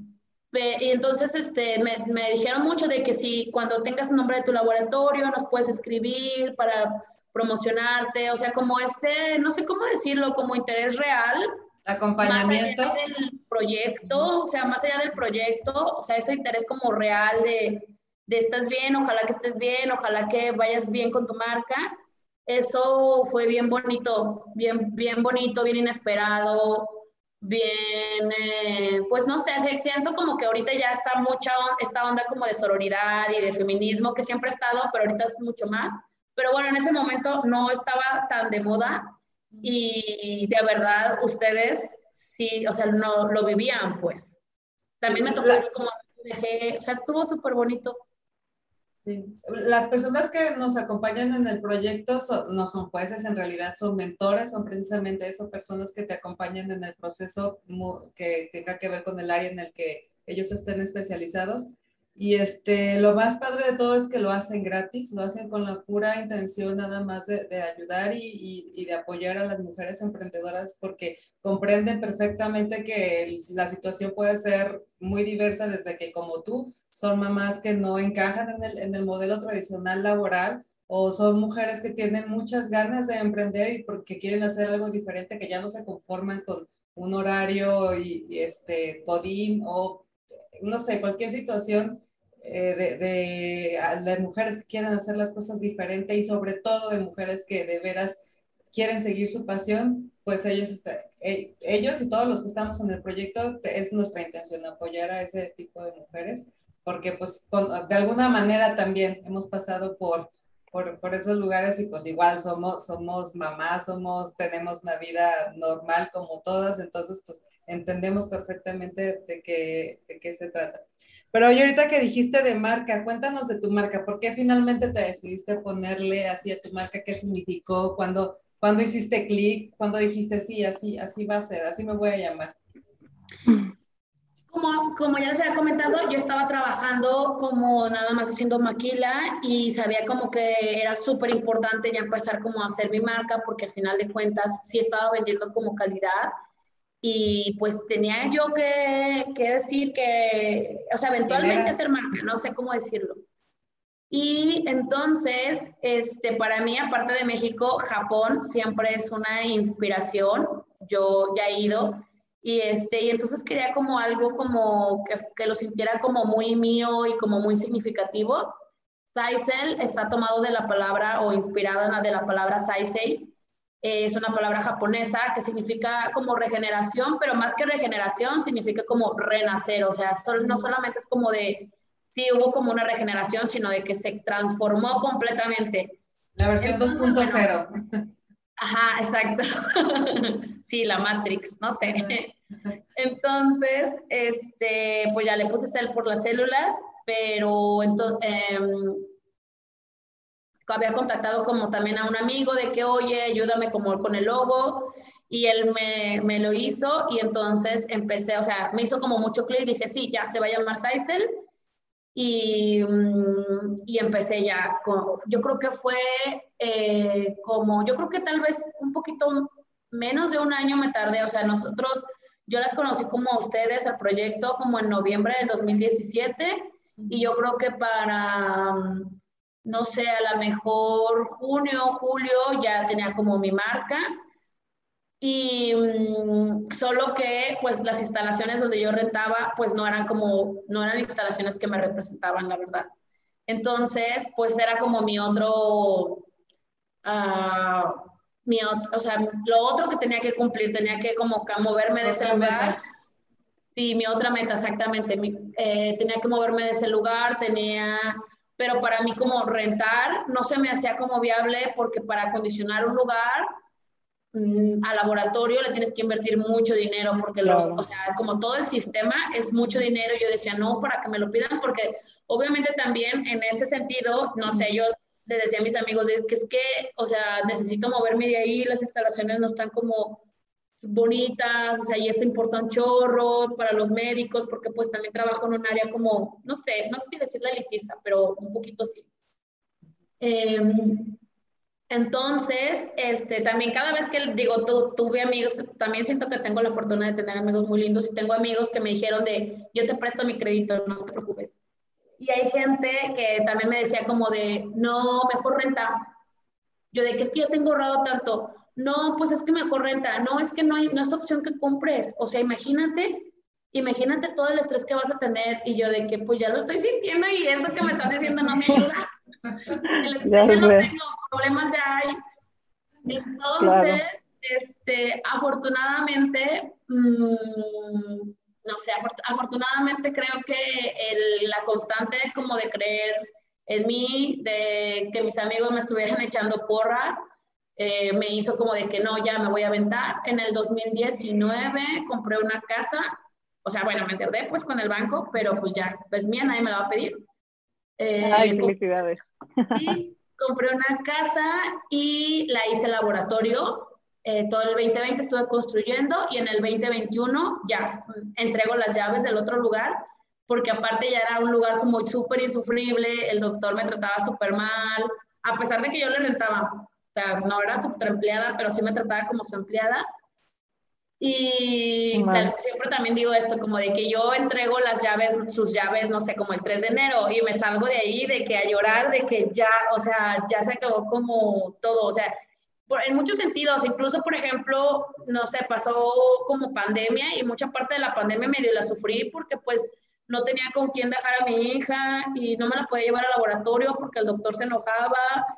y entonces este, me, me dijeron mucho de que si cuando tengas el nombre de tu laboratorio nos puedes escribir para promocionarte, o sea, como este, no sé cómo decirlo, como interés real, Acompañamiento. más allá del proyecto, o sea, más allá del proyecto, o sea, ese interés como real de, de estás bien, ojalá que estés bien, ojalá que vayas bien con tu marca. Eso fue bien bonito, bien, bien bonito, bien inesperado, bien, eh, pues no sé, siento como que ahorita ya está mucha on, esta onda como de sororidad y de feminismo que siempre ha estado, pero ahorita es mucho más. Pero bueno, en ese momento no estaba tan de moda y de verdad ustedes sí, o sea, no lo vivían, pues. También me tocó La, como dejé, o sea, estuvo súper bonito. sí. Las personas que nos acompañan en el proyecto son, no son jueces, en realidad son mentores, son precisamente eso, personas que te acompañan en el proceso que tenga que ver con el área en el que ellos estén especializados. Y este, lo más padre de todo es que lo hacen gratis, lo hacen con la pura intención nada más de, de ayudar y, y, y de apoyar a las mujeres emprendedoras porque comprenden perfectamente que el, la situación puede ser muy diversa desde que como tú son mamás que no encajan en el, en el modelo tradicional laboral o son mujeres que tienen muchas ganas de emprender y porque quieren hacer algo diferente, que ya no se conforman con un horario y, y este, Godín o no sé, cualquier situación eh, de, de, de mujeres que quieran hacer las cosas diferente y sobre todo de mujeres que de veras quieren seguir su pasión, pues ellos, está, eh, ellos y todos los que estamos en el proyecto, es nuestra intención apoyar a ese tipo de mujeres, porque pues con, de alguna manera también hemos pasado por, por, por esos lugares y pues igual somos, somos mamás, somos, tenemos una vida normal como todas, entonces pues entendemos perfectamente de qué, de qué se trata. Pero oye, ahorita que dijiste de marca, cuéntanos de tu marca, ¿por qué finalmente te decidiste ponerle así a tu marca? ¿Qué significó? ¿Cuándo, cuándo hiciste clic? ¿Cuándo dijiste sí, así, así va a ser, así me voy a llamar? Como, como ya les había comentado, yo estaba trabajando como nada más haciendo maquila y sabía como que era súper importante ya empezar como a hacer mi marca porque al final de cuentas sí estaba vendiendo como calidad y pues tenía yo que, que decir que, o sea, eventualmente hacer marca, no sé cómo decirlo. Y entonces, este, para mí, aparte de México, Japón siempre es una inspiración. Yo ya he ido y, este, y entonces quería como algo como que, que lo sintiera como muy mío y como muy significativo. Saisel está tomado de la palabra o inspirado de la palabra Saisei. Es una palabra japonesa que significa como regeneración, pero más que regeneración significa como renacer. O sea, no solamente es como de sí hubo como una regeneración, sino de que se transformó completamente. La versión dos punto cero. Bueno, ajá, exacto. Sí, la Matrix, no sé. Entonces, este, pues ya le puse cel por las células, pero entonces, eh, había contactado como también a un amigo de que, oye, ayúdame como con el logo, y él me, me lo hizo, y entonces empecé, o sea, me hizo como mucho clic, dije, sí, ya se va a llamar Sizel, y, y empecé ya, con, yo creo que fue eh, como, yo creo que tal vez un poquito menos de un año me tardé, o sea, nosotros, yo las conocí como a ustedes, al proyecto, como en noviembre del dos mil diecisiete, y yo creo que para no sé, a lo mejor junio, julio ya tenía como mi marca, y um, solo que pues las instalaciones donde yo rentaba pues no eran como, no eran instalaciones que me representaban, la verdad. Entonces pues era como mi otro, uh, mi, o sea, lo otro que tenía que cumplir, tenía que como moverme de ese lugar. Sí, mi otra meta, exactamente. Mi, eh, tenía que moverme de ese lugar, tenía, pero para mí como rentar no se me hacía como viable porque para acondicionar un lugar mmm, a laboratorio le tienes que invertir mucho dinero porque los, Claro. o sea, como todo el sistema es mucho dinero. Yo decía, no, para que me lo pidan, porque obviamente también en ese sentido, no sé, yo le decía a mis amigos que es que, o sea, necesito moverme de ahí, las instalaciones no están como bonitas, o sea, y eso importa un chorro para los médicos, porque pues también trabajo en un área como, no sé, no sé si decirle elitista, pero un poquito sí. Eh, entonces, este, también cada vez que digo, tu, tuve amigos, también siento que tengo la fortuna de tener amigos muy lindos y tengo amigos que me dijeron de, yo te presto mi crédito, no te preocupes. Y hay gente que también me decía como de, no, mejor renta. Yo de que es que ya tengo ahorrado tanto. No, pues es que mejor renta. No, es que no, hay, no es opción que compres. O sea, imagínate, imagínate todo el estrés que vas a tener. Y yo de que pues ya lo estoy sintiendo y esto que me estás diciendo no me ayuda. El estrés ya, ya no tengo, problemas ya hay. Entonces, claro. este, afortunadamente, mmm, no sé, afortunadamente creo que el, la constante como de creer en mí, de que mis amigos me estuvieran echando porras, eh, me hizo como de que no, ya me voy a aventar. En el dos mil diecinueve compré una casa, o sea, bueno, me endeudé pues con el banco, pero pues ya, pues mía, nadie me la va a pedir. Eh, Ay, felicidades. Y compré una casa y la hice laboratorio. Eh, todo el veinte veinte estuve construyendo y en el veinte veintiuno ya entrego las llaves del otro lugar, porque aparte ya era un lugar como súper insufrible, el doctor me trataba súper mal, a pesar de que yo le rentaba, o sea, no era su empleada, pero sí me trataba como su empleada. Y tal, siempre también digo esto, como de que yo entrego las llaves, sus llaves, no sé, como el tres de enero, y me salgo de ahí de que a llorar, de que ya, o sea, ya se acabó como todo, o sea, por, en muchos sentidos, incluso, por ejemplo, no sé, pasó como pandemia y mucha parte de la pandemia medio la sufrí porque pues no tenía con quién dejar a mi hija y no me la podía llevar al laboratorio porque el doctor se enojaba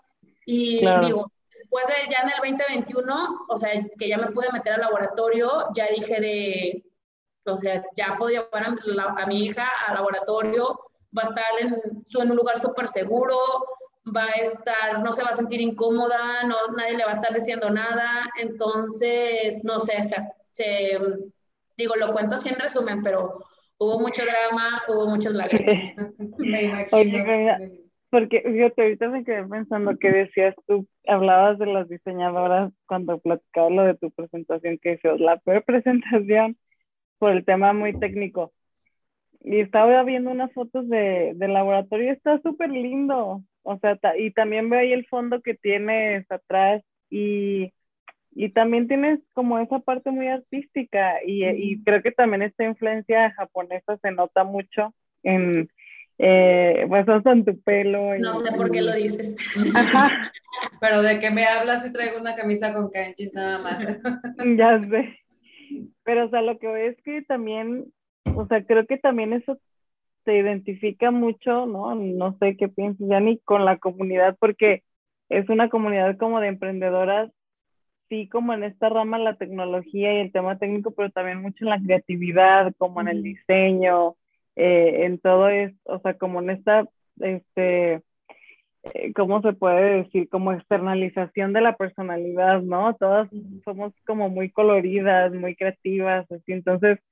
y claro. Digo, después de ya en el veinte veintiuno, o sea, que ya me pude meter al laboratorio, ya dije de, o sea, ya puedo llevar a, la, a mi hija al laboratorio, va a estar en, en un lugar súper seguro, va a estar, no se va a sentir incómoda, no, nadie le va a estar diciendo nada, entonces, no sé, o sea, se, digo, lo cuento así en resumen, pero hubo mucho drama, hubo muchas lágrimas. Me imagino. Oye, porque fíjate, ahorita me quedé pensando que decías tú, hablabas de las diseñadoras cuando platicabas lo de tu presentación, que decías la peor presentación por el tema muy técnico. Y estaba viendo unas fotos de, del laboratorio y está súper lindo. O sea, ta, y también veo ahí el fondo que tienes atrás y, y también tienes como esa parte muy artística y, uh-huh. y creo que también esta influencia japonesa se nota mucho en... Eh, pues hasta en tu pelo. No y, sé por qué lo dices. Ajá. Pero de que me hablas y traigo una camisa con kanjis nada más. Ya sé. Pero o sea, lo que veo es que también, o sea, creo que también eso te identifica mucho, ¿no? No sé qué piensas, ya ni con la comunidad, porque es una comunidad como de emprendedoras, sí, como en esta rama la tecnología y el tema técnico, pero también mucho en la creatividad, como en el diseño, eh, en todo esto, o sea, como en esta, este, eh, ¿cómo se puede decir? Como externalización de la personalidad, ¿no? Todas somos como muy coloridas, muy creativas, así, entonces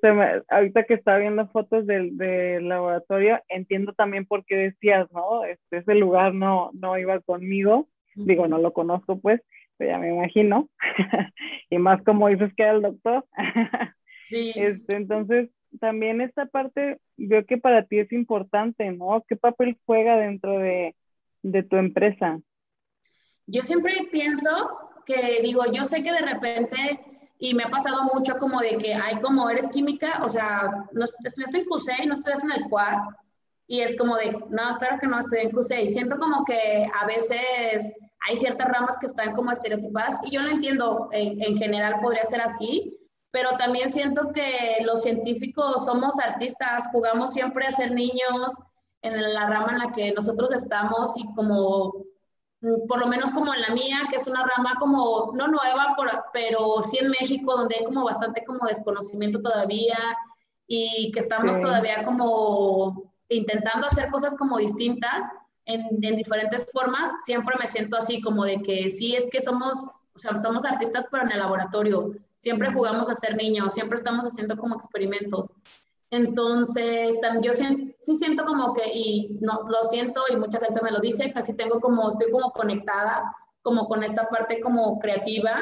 se me, ahorita que estaba viendo fotos del, del laboratorio, entiendo también por qué decías, ¿no? Este, ese lugar no, no iba conmigo, uh-huh. Digo, no lo conozco pues, pero ya me imagino, y más como dices que era el doctor. Sí. Este, entonces, también esta parte, veo que para ti es importante, ¿no? ¿Qué papel juega dentro de, de tu empresa? Yo siempre pienso que, digo, yo sé que de repente, y me ha pasado mucho como de que, hay como eres química, o sea, no, estudiaste en Q C y no estudiaste en el C U A, y es como de, no, claro que no estudié en Q C, y siento como que a veces hay ciertas ramas que están como estereotipadas, y yo lo entiendo, en, en general podría ser así, pero también siento que los científicos somos artistas, jugamos siempre a ser niños en la rama en la que nosotros estamos, y como por lo menos como en la mía, que es una rama como, no nueva, por, pero sí en México, donde hay como bastante como desconocimiento todavía, y que estamos sí. todavía como intentando hacer cosas como distintas, en, en diferentes formas, siempre me siento así como de que sí, es que somos, o sea, somos artistas, pero en el laboratorio, siempre jugamos a ser niños, siempre estamos haciendo como experimentos. Entonces, yo sí, sí siento como que, y no, lo siento, y mucha gente me lo dice, casi tengo como, estoy como conectada, como con esta parte como creativa,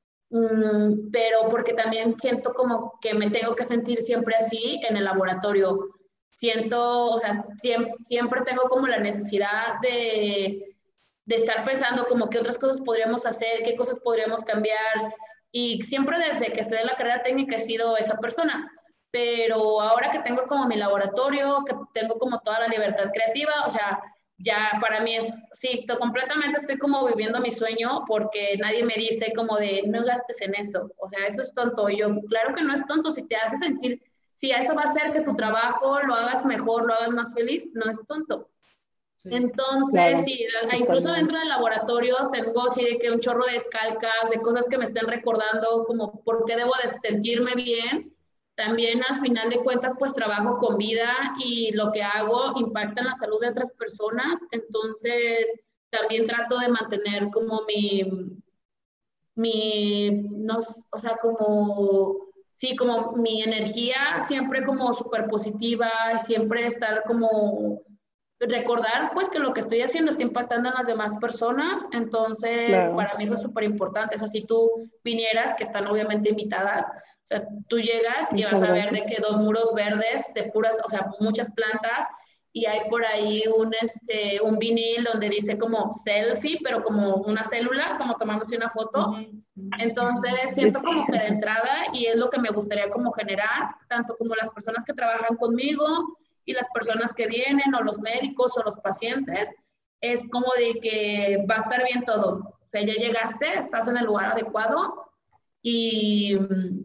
um, pero porque también siento como que me tengo que sentir siempre así en el laboratorio. Siento, o sea, siempre, siempre tengo como la necesidad de, de estar pensando como qué otras cosas podríamos hacer, qué cosas podríamos cambiar, y siempre desde que estudié la carrera técnica he sido esa persona. Pero ahora que tengo como mi laboratorio, que tengo como toda la libertad creativa, o sea, ya para mí es, sí, completamente estoy como viviendo mi sueño, porque nadie me dice como de, no gastes en eso, o sea, eso es tonto. Y yo, claro que no es tonto, si te hace sentir, si eso va a hacer que tu trabajo lo hagas mejor, lo hagas más feliz, no es tonto. Sí. Entonces, claro, sí, incluso dentro del laboratorio tengo así de que un chorro de calcas, de cosas que me estén recordando como por qué debo de sentirme bien. También al final de cuentas pues trabajo con vida, y lo que hago impacta en la salud de otras personas, entonces también trato de mantener como mi, mi no, o sea, como, sí, como mi energía siempre como súper positiva, siempre estar como, recordar pues que lo que estoy haciendo está impactando en las demás personas, entonces claro. Para mí eso es súper importante. O sea, si tú vinieras, que están obviamente invitadas, o sea, tú llegas y vas a ver de que dos muros verdes de puras, o sea, muchas plantas, y hay por ahí un, este, un vinil donde dice como selfie, pero como una célula, como tomándose una foto. Entonces siento como que de entrada, y es lo que me gustaría como generar, tanto como las personas que trabajan conmigo y las personas que vienen, o los médicos o los pacientes, es como de que va a estar bien todo. O sea, ya llegaste, estás en el lugar adecuado, y...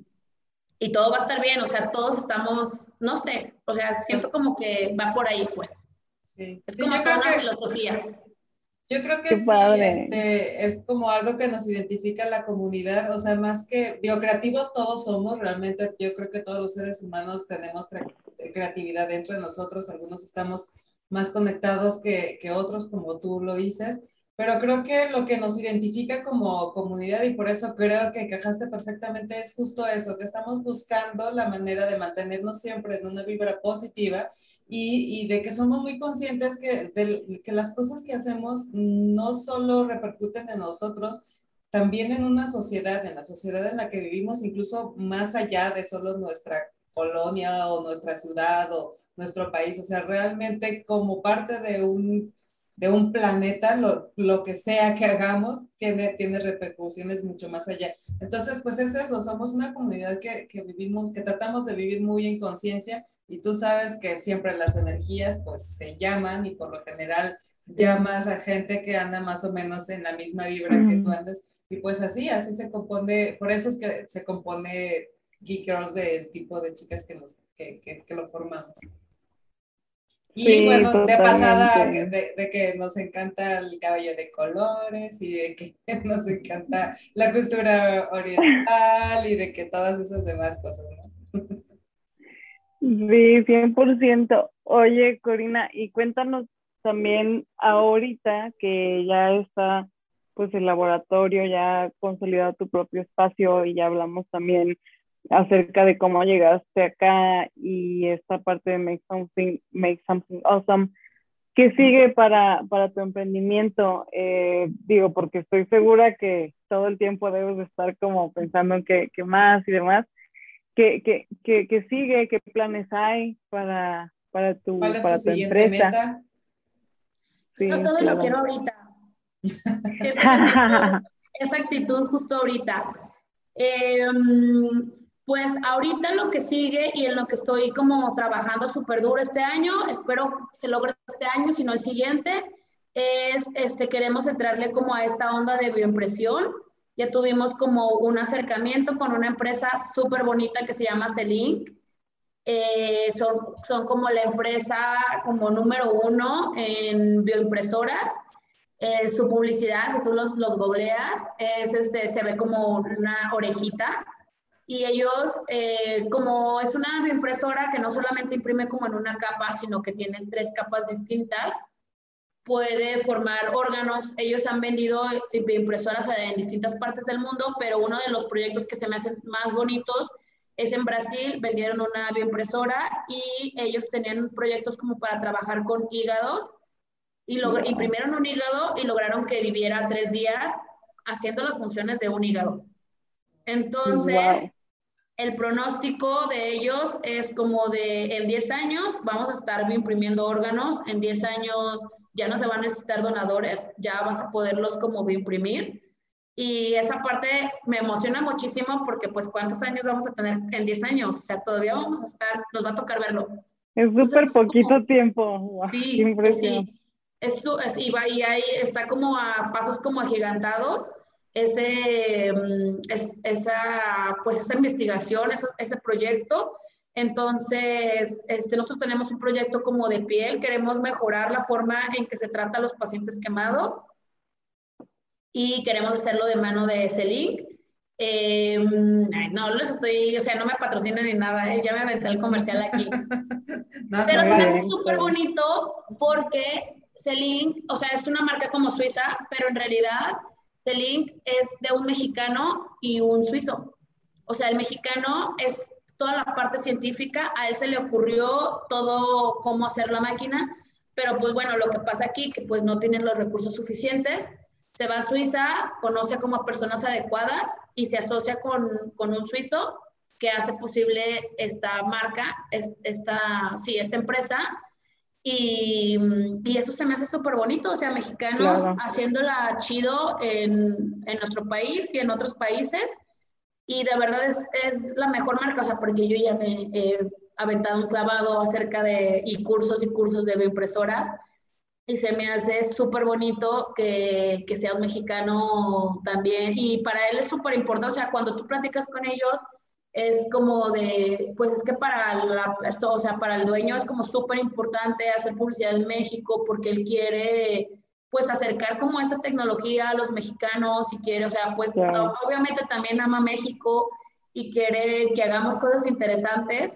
y todo va a estar bien, o sea, todos estamos, no sé, o sea, siento como que va por ahí, pues. Sí, es sí, como yo toda creo una que, filosofía. Yo creo que Qué sí, padre. este, es como algo que nos identifica a la comunidad, o sea, más que, digo, creativos todos somos, realmente yo creo que todos los seres humanos tenemos creatividad dentro de nosotros, algunos estamos más conectados que, que otros, como tú lo dices, pero creo que lo que nos identifica como comunidad, y por eso creo que encajaste perfectamente, es justo eso, que estamos buscando la manera de mantenernos siempre en una vibra positiva, y, y de que somos muy conscientes que, de, que las cosas que hacemos no solo repercuten en nosotros, también en una sociedad, en la sociedad en la que vivimos, incluso más allá de solo nuestra colonia o nuestra ciudad o nuestro país, o sea, realmente como parte de un de un planeta, lo, lo que sea que hagamos, tiene, tiene repercusiones mucho más allá. Entonces, pues es eso, somos una comunidad que, que vivimos, que tratamos de vivir muy en conciencia, y tú sabes que siempre las energías, pues, se llaman, y por lo general llamas a gente que anda más o menos en la misma vibra mm. que tú andas, y pues así, así se compone, por eso es que se compone Geek Girls, del tipo de chicas que, nos, que, que, que lo formamos. Y sí, bueno, totalmente. De pasada, de, de que nos encanta el cabello de colores, y de que nos encanta la cultura oriental, y de que todas esas demás cosas, ¿no? Sí, cien por ciento. Oye, Corina, y cuéntanos también ahorita que ya está pues el laboratorio, ya consolidado tu propio espacio, y ya hablamos también acerca de cómo llegaste acá y esta parte de Make Something, Make Something Awesome. ¿Qué sigue para, para tu emprendimiento? Eh, digo, porque estoy segura que todo el tiempo debes de estar como pensando en qué, qué más y demás. ¿Qué, qué, qué, qué sigue? ¿Qué planes hay para, para tu, ¿Cuál es tu para tu siguiente empresa? meta? Sí, No todo claro. lo quiero ahorita. Siento que tengo esa actitud justo ahorita. Eh, pues ahorita lo que sigue y en lo que estoy como trabajando súper duro este año, espero se logre este año, si no el siguiente, es, este, queremos entrarle como a esta onda de bioimpresión. Ya tuvimos como un acercamiento con una empresa súper bonita que se llama Celink. Eh, son, son como la empresa como número uno en bioimpresoras. Eh, su publicidad, si tú los, los googleas, es este, se ve como una orejita. Y ellos, eh, como es una impresora que no solamente imprime como en una capa, sino que tiene tres capas distintas, puede formar órganos. Ellos han vendido impresoras en distintas partes del mundo, pero uno de los proyectos que se me hacen más bonitos es en Brasil. Vendieron una bioimpresora y ellos tenían proyectos como para trabajar con hígados y log- imprimieron un hígado y lograron que viviera tres días haciendo las funciones de un hígado. Entonces, Wow. el pronóstico de ellos es como de en diez años vamos a estar imprimiendo órganos, en diez años ya no se van a necesitar donadores, ya vas a poderlos como imprimir. Y esa parte me emociona muchísimo porque pues cuántos años vamos a tener en diez años, o sea, todavía vamos a estar, nos va a tocar verlo. Es súper Entonces, es poquito como, tiempo. Wow, qué sí, impresión. sí, es, es, y, va, y ahí está como a pasos como agigantados ese, es, esa, pues esa investigación, ese, ese proyecto. Entonces, este, nosotros tenemos un proyecto como de piel, queremos mejorar la forma en que se trata a los pacientes quemados y queremos hacerlo de mano de Celink. Eh, no les estoy, o sea, no me patrocinan ni nada, ¿eh? Ya me aventé el comercial aquí. No, Pero está se me padre. hace súper bonito porque Celink, o sea, es una marca como suiza, pero en realidad Celink es de un mexicano y un suizo. O sea, el mexicano es toda la parte científica, a él se le ocurrió todo cómo hacer la máquina, pero pues bueno, lo que pasa aquí, que pues no tienen los recursos suficientes, se va a Suiza, conoce como a personas adecuadas y se asocia con, con un suizo que hace posible esta marca, es, esta, sí, esta empresa, y, y eso se me hace súper bonito, o sea, mexicanos Claro. haciéndola chido en, en nuestro país y en otros países, y de verdad es, es la mejor marca, o sea, porque yo ya me he aventado un clavado acerca de, y cursos y cursos de bioimpresoras, y se me hace súper bonito que, que sea un mexicano también, y para él es súper importante, o sea, cuando tú platicas con ellos, es como de, pues es que para la persona, o sea, para el dueño es como súper importante hacer publicidad en México porque él quiere, pues, acercar como esta tecnología a los mexicanos y quiere, o sea, pues, Claro. obviamente también ama México y quiere que hagamos cosas interesantes.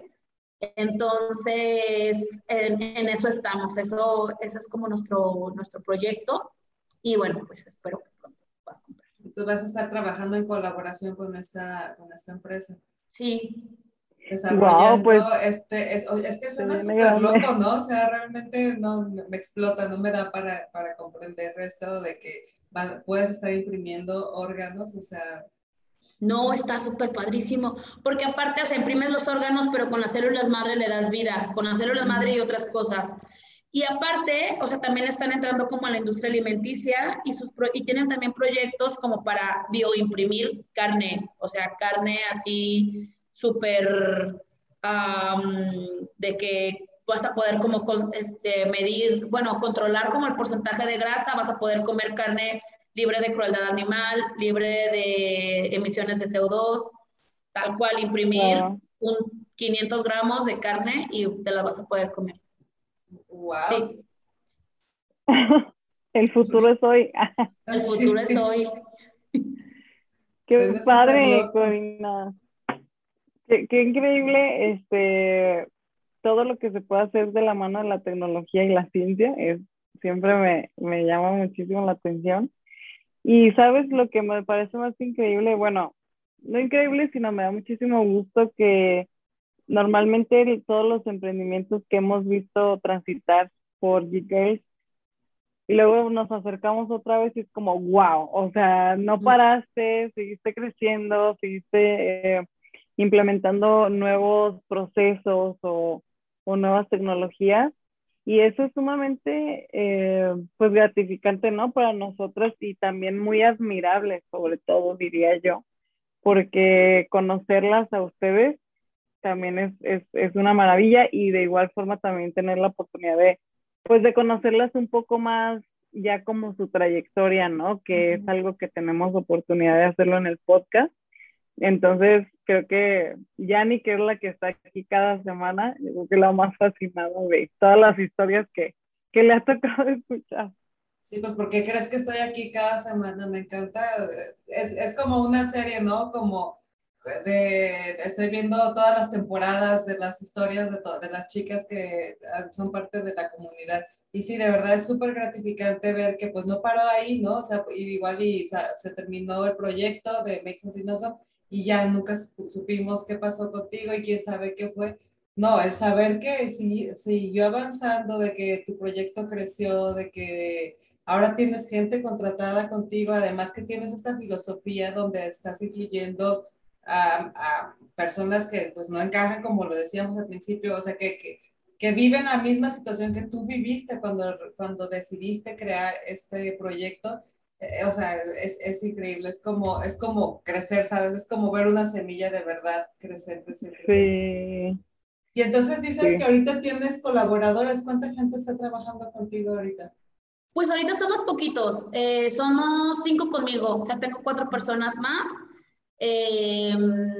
Entonces, en, en eso estamos, eso, eso es como nuestro, nuestro proyecto y bueno, pues espero que pronto pueda comprar. Tú vas a estar trabajando en colaboración con esta, con esta empresa. Sí. Desarrollando, Wow, pues este, es, es que se suena viene súper grande. loco, ¿no? O sea, realmente no me explota, no me da para, para comprender esto de que va, puedes estar imprimiendo órganos, o sea. No, está súper padrísimo, porque aparte, o sea, imprimes los órganos, pero con las células madre le das vida, con las células madre y otras cosas. Y aparte, o sea, también están entrando como a la industria alimenticia y, sus pro y tienen también proyectos como para bioimprimir carne, o sea, carne así súper um, de que vas a poder como con, este, medir, bueno, controlar como el porcentaje de grasa, vas a poder comer carne libre de crueldad animal, libre de emisiones de C O dos, tal cual imprimir Claro. un quinientos gramos de carne y te la vas a poder comer. Wow. Sí. El futuro es hoy. El futuro Sí. es hoy. Qué Suena súper padre, loco. Corina. Qué, qué increíble, este, todo lo que se puede hacer de la mano de la tecnología y la ciencia, es, siempre me, me llama muchísimo la atención. Y sabes lo que me parece más increíble, bueno, no increíble, sino me da muchísimo gusto que normalmente el- todos los emprendimientos que hemos visto transitar por G-Girls, y luego nos acercamos otra vez y es como, wow, o sea, no paraste, seguiste creciendo, seguiste eh, implementando nuevos procesos o, o nuevas tecnologías. Y eso es sumamente, eh, pues, gratificante, ¿no? Para nosotros y también muy admirable, sobre todo, diría yo, porque conocerlas a ustedes también es, es, es una maravilla y de igual forma también tener la oportunidad de, pues, de conocerlas un poco más ya como su trayectoria, ¿no? Que es algo que tenemos oportunidad de hacerlo en el podcast. Entonces, creo que Yani, que es la que está aquí cada semana, yo creo que es la más fascinada de todas las historias que, que le ha tocado escuchar. Sí, pues ¿por qué crees que estoy aquí cada semana? Me encanta. Es, es como una serie, ¿no? Como de, estoy viendo todas las temporadas de las historias de, to- de las chicas que son parte de la comunidad. Y sí, de verdad es súper gratificante ver que pues no paró ahí, ¿no? O sea, igual y sa- se terminó el proyecto de Make Something Awesome y ya nunca sup- supimos qué pasó contigo y quién sabe qué fue. No, el saber que sí, siguió avanzando, de que tu proyecto creció, de que ahora tienes gente contratada contigo, además que tienes esta filosofía donde estás incluyendo a, a personas que pues no encajan, como lo decíamos al principio, o sea, que, que, que viven la misma situación que tú viviste cuando, cuando decidiste crear este proyecto. Eh, o sea, es, es increíble, es como, es como crecer, ¿sabes? Es como ver una semilla de verdad crecer, crecer, crecer. Sí, Y entonces dices que sí. ahorita tienes colaboradores, ¿cuánta gente está trabajando contigo ahorita? Pues ahorita somos poquitos, eh, somos cinco conmigo, o sea, tengo cuatro personas más. Eh,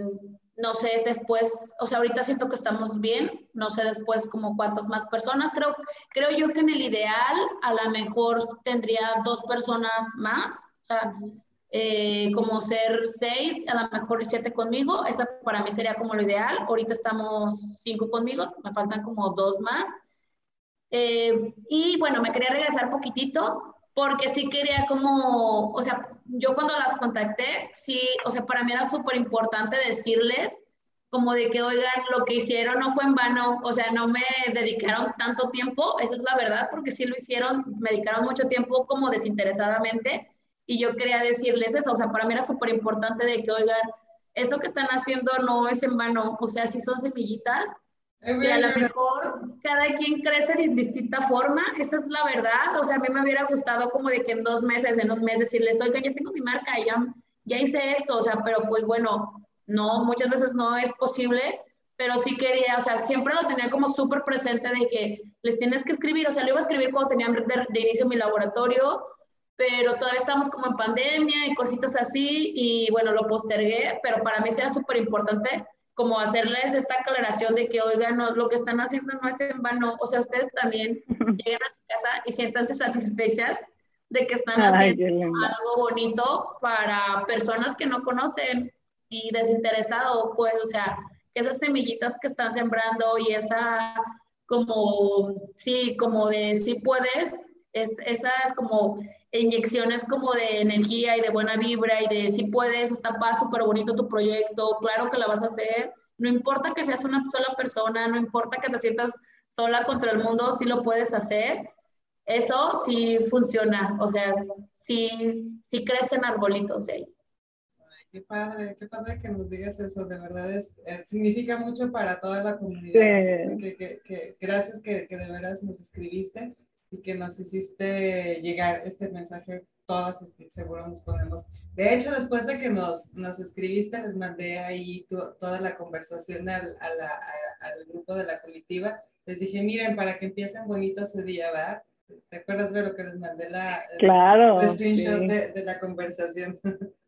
no sé después, o sea, ahorita siento que estamos bien, no sé después como cuántas más personas. Creo, creo yo que en el ideal a lo mejor tendría dos personas más, o sea, eh, como ser seis, a lo mejor siete conmigo, esa para mí sería como lo ideal. Ahorita estamos cinco conmigo, me faltan como dos más. Eh, y bueno, me quería regresar poquitito porque sí quería como, o sea, yo cuando las contacté, sí, o sea, para mí era súper importante decirles como de que, oigan, lo que hicieron no fue en vano, o sea, no me dedicaron tanto tiempo, esa es la verdad, porque sí lo hicieron, me dedicaron mucho tiempo como desinteresadamente, y yo quería decirles eso, o sea, para mí era súper importante de que, oigan, eso que están haciendo no es en vano, o sea, sí son semillitas que a lo mejor cada quien crece de distinta forma, esa es la verdad. O sea, a mí me hubiera gustado como de que en dos meses, en un mes decirles, oiga, ya tengo mi marca, ya, ya hice esto, o sea, pero pues bueno, no, muchas veces no es posible, pero sí quería, o sea, siempre lo tenía como súper presente de que les tienes que escribir, o sea, lo iba a escribir cuando tenía de, de inicio mi laboratorio, pero todavía estamos como en pandemia y cositas así, y bueno, lo postergué, pero para mí sea súper importante como hacerles esta aclaración de que, oigan, no, lo que están haciendo no es en vano, o sea, ustedes también lleguen a su casa y siéntanse satisfechas de que están Ay, haciendo qué linda. algo bonito para personas que no conocen y desinteresado, pues, o sea, que esas semillitas que están sembrando y esa como, sí, como de sí puedes, es, esas como inyecciones como de energía y de buena vibra y de si puedes, está pa, súper bonito tu proyecto, claro que la vas a hacer, no importa que seas una sola persona, no importa que te sientas sola contra el mundo, sí lo puedes hacer, eso sí funciona, o sea, sí, sí crecen arbolitos ahí. Qué padre, qué padre que nos digas eso, de verdad es, eh, significa mucho para toda la comunidad, así Sí. que, que, que gracias que, que de veras nos escribiste y que nos hiciste llegar este mensaje, todas seguro nos ponemos. De hecho, después de que nos, nos escribiste, les mandé ahí tu, toda la conversación al, a la, a, al grupo de la comitiva, les dije, miren, para que empiecen bonito su día, ¿verdad? ¿Te acuerdas de lo que les mandé la, el, el Claro, screenshot sí, de, de la conversación?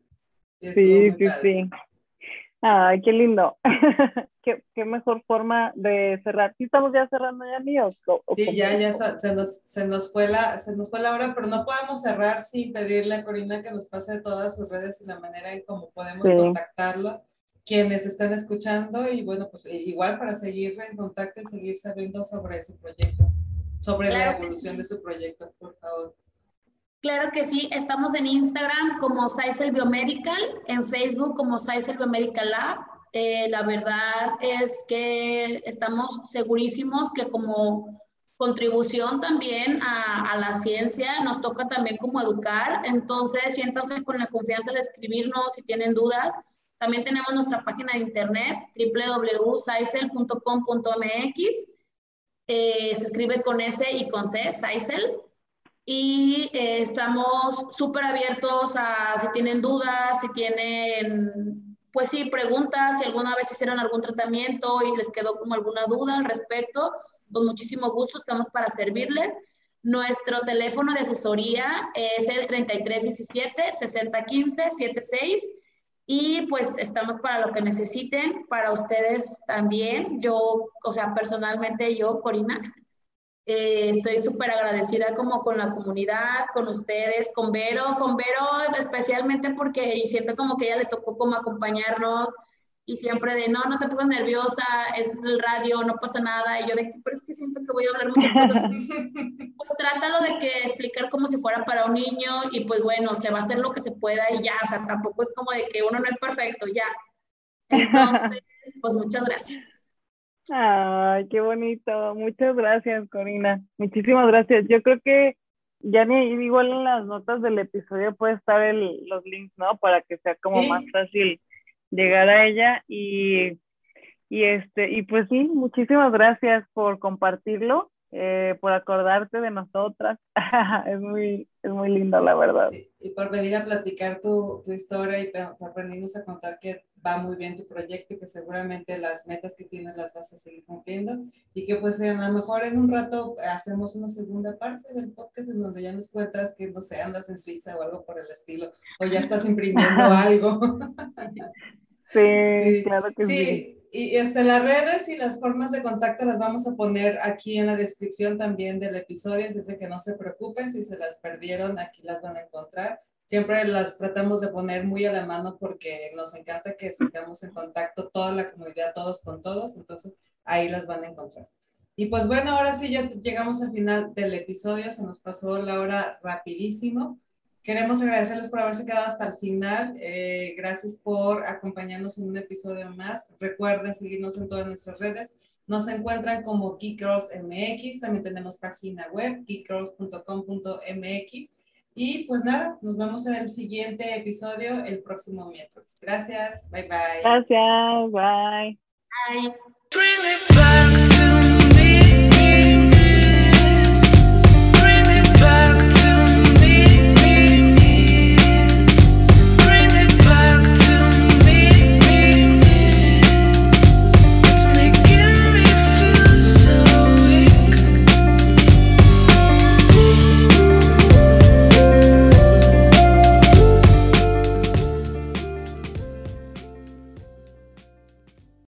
Y estuvo sí, muy sí, padre. sí. Ay, qué lindo. qué, qué mejor forma de cerrar. ¿Sí estamos ya cerrando ya, mío? ¿O, o Sí, ya, cómo, ya cómo? so- se nos, se nos fue la, se nos fue la hora, pero no podemos cerrar sin pedirle a Corina que nos pase todas sus redes y la manera en cómo podemos Sí, contactarlo, quienes están escuchando y bueno, pues igual para seguir en contacto y seguir sabiendo sobre su proyecto, sobre la Claro que evolución de sí. su proyecto, por favor. Claro que sí, estamos en Instagram como Saisel Biomedical, en Facebook como Saisel Biomedical Lab. Eh, la verdad es que estamos segurísimos que como contribución también a, a la ciencia nos toca también como educar, entonces siéntanse con la confianza de escribirnos si tienen dudas. También tenemos nuestra página de internet doble u doble u doble u punto saisel punto com punto m x, eh, se escribe con S y con C, Saisel. Y eh, estamos súper abiertos a si tienen dudas, si tienen, pues sí, preguntas, si alguna vez hicieron algún tratamiento y les quedó como alguna duda al respecto, con muchísimo gusto estamos para servirles. Nuestro teléfono de asesoría es el treinta y tres diecisiete, sesenta quince, setenta y seis y pues estamos para lo que necesiten, para ustedes también. Yo, o sea, personalmente yo, Corina, Eh, estoy súper agradecida como con la comunidad, con ustedes, con Vero, con Vero especialmente porque y siento como que ella le tocó como acompañarnos y siempre de no, no te pongas nerviosa, es el radio, no pasa nada, y yo de pero es que siento que voy a hablar muchas cosas, pues trátalo de que explicar como si fuera para un niño y pues bueno, se va a hacer lo que se pueda y ya, o sea, tampoco es como de que uno no es perfecto, ya. Entonces, pues muchas gracias. Ay, qué bonito. Muchas gracias, Corina. Muchísimas gracias. Yo creo que ya ni igual en las notas del episodio puede estar el, los links, ¿no? Para que sea como sí. más fácil llegar a ella. Y, y, este, y pues sí, muchísimas gracias por compartirlo, eh, por acordarte de nosotras. es, muy, es muy lindo, la verdad. Y, y por venir a platicar tu, tu historia y por venirnos a contar que va muy bien tu proyecto y que seguramente las metas que tienes las vas a seguir cumpliendo y que pues a lo mejor en un rato hacemos una segunda parte del podcast en donde ya nos cuentas que no sé, andas en Suiza o algo por el estilo o ya estás imprimiendo algo. Sí, sí, claro que sí. Sí, y este, las redes y las formas de contacto las vamos a poner aquí en la descripción también del episodio, así que no se preocupen, si se las perdieron, aquí las van a encontrar. Siempre las tratamos de poner muy a la mano porque nos encanta que sigamos en contacto toda la comunidad, todos con todos, entonces ahí las van a encontrar. Y pues bueno, ahora sí ya llegamos al final del episodio, se nos pasó la hora rapidísimo. Queremos agradecerles por haberse quedado hasta el final. Eh, gracias por acompañarnos en un episodio más. Recuerden seguirnos en todas nuestras redes. Nos encuentran como Geek Girls M X. También tenemos página web, geek girls punto com punto m x. Y pues nada, nos vemos en el siguiente episodio el próximo miércoles. Gracias. Bye, bye. Gracias. Bye. Bye.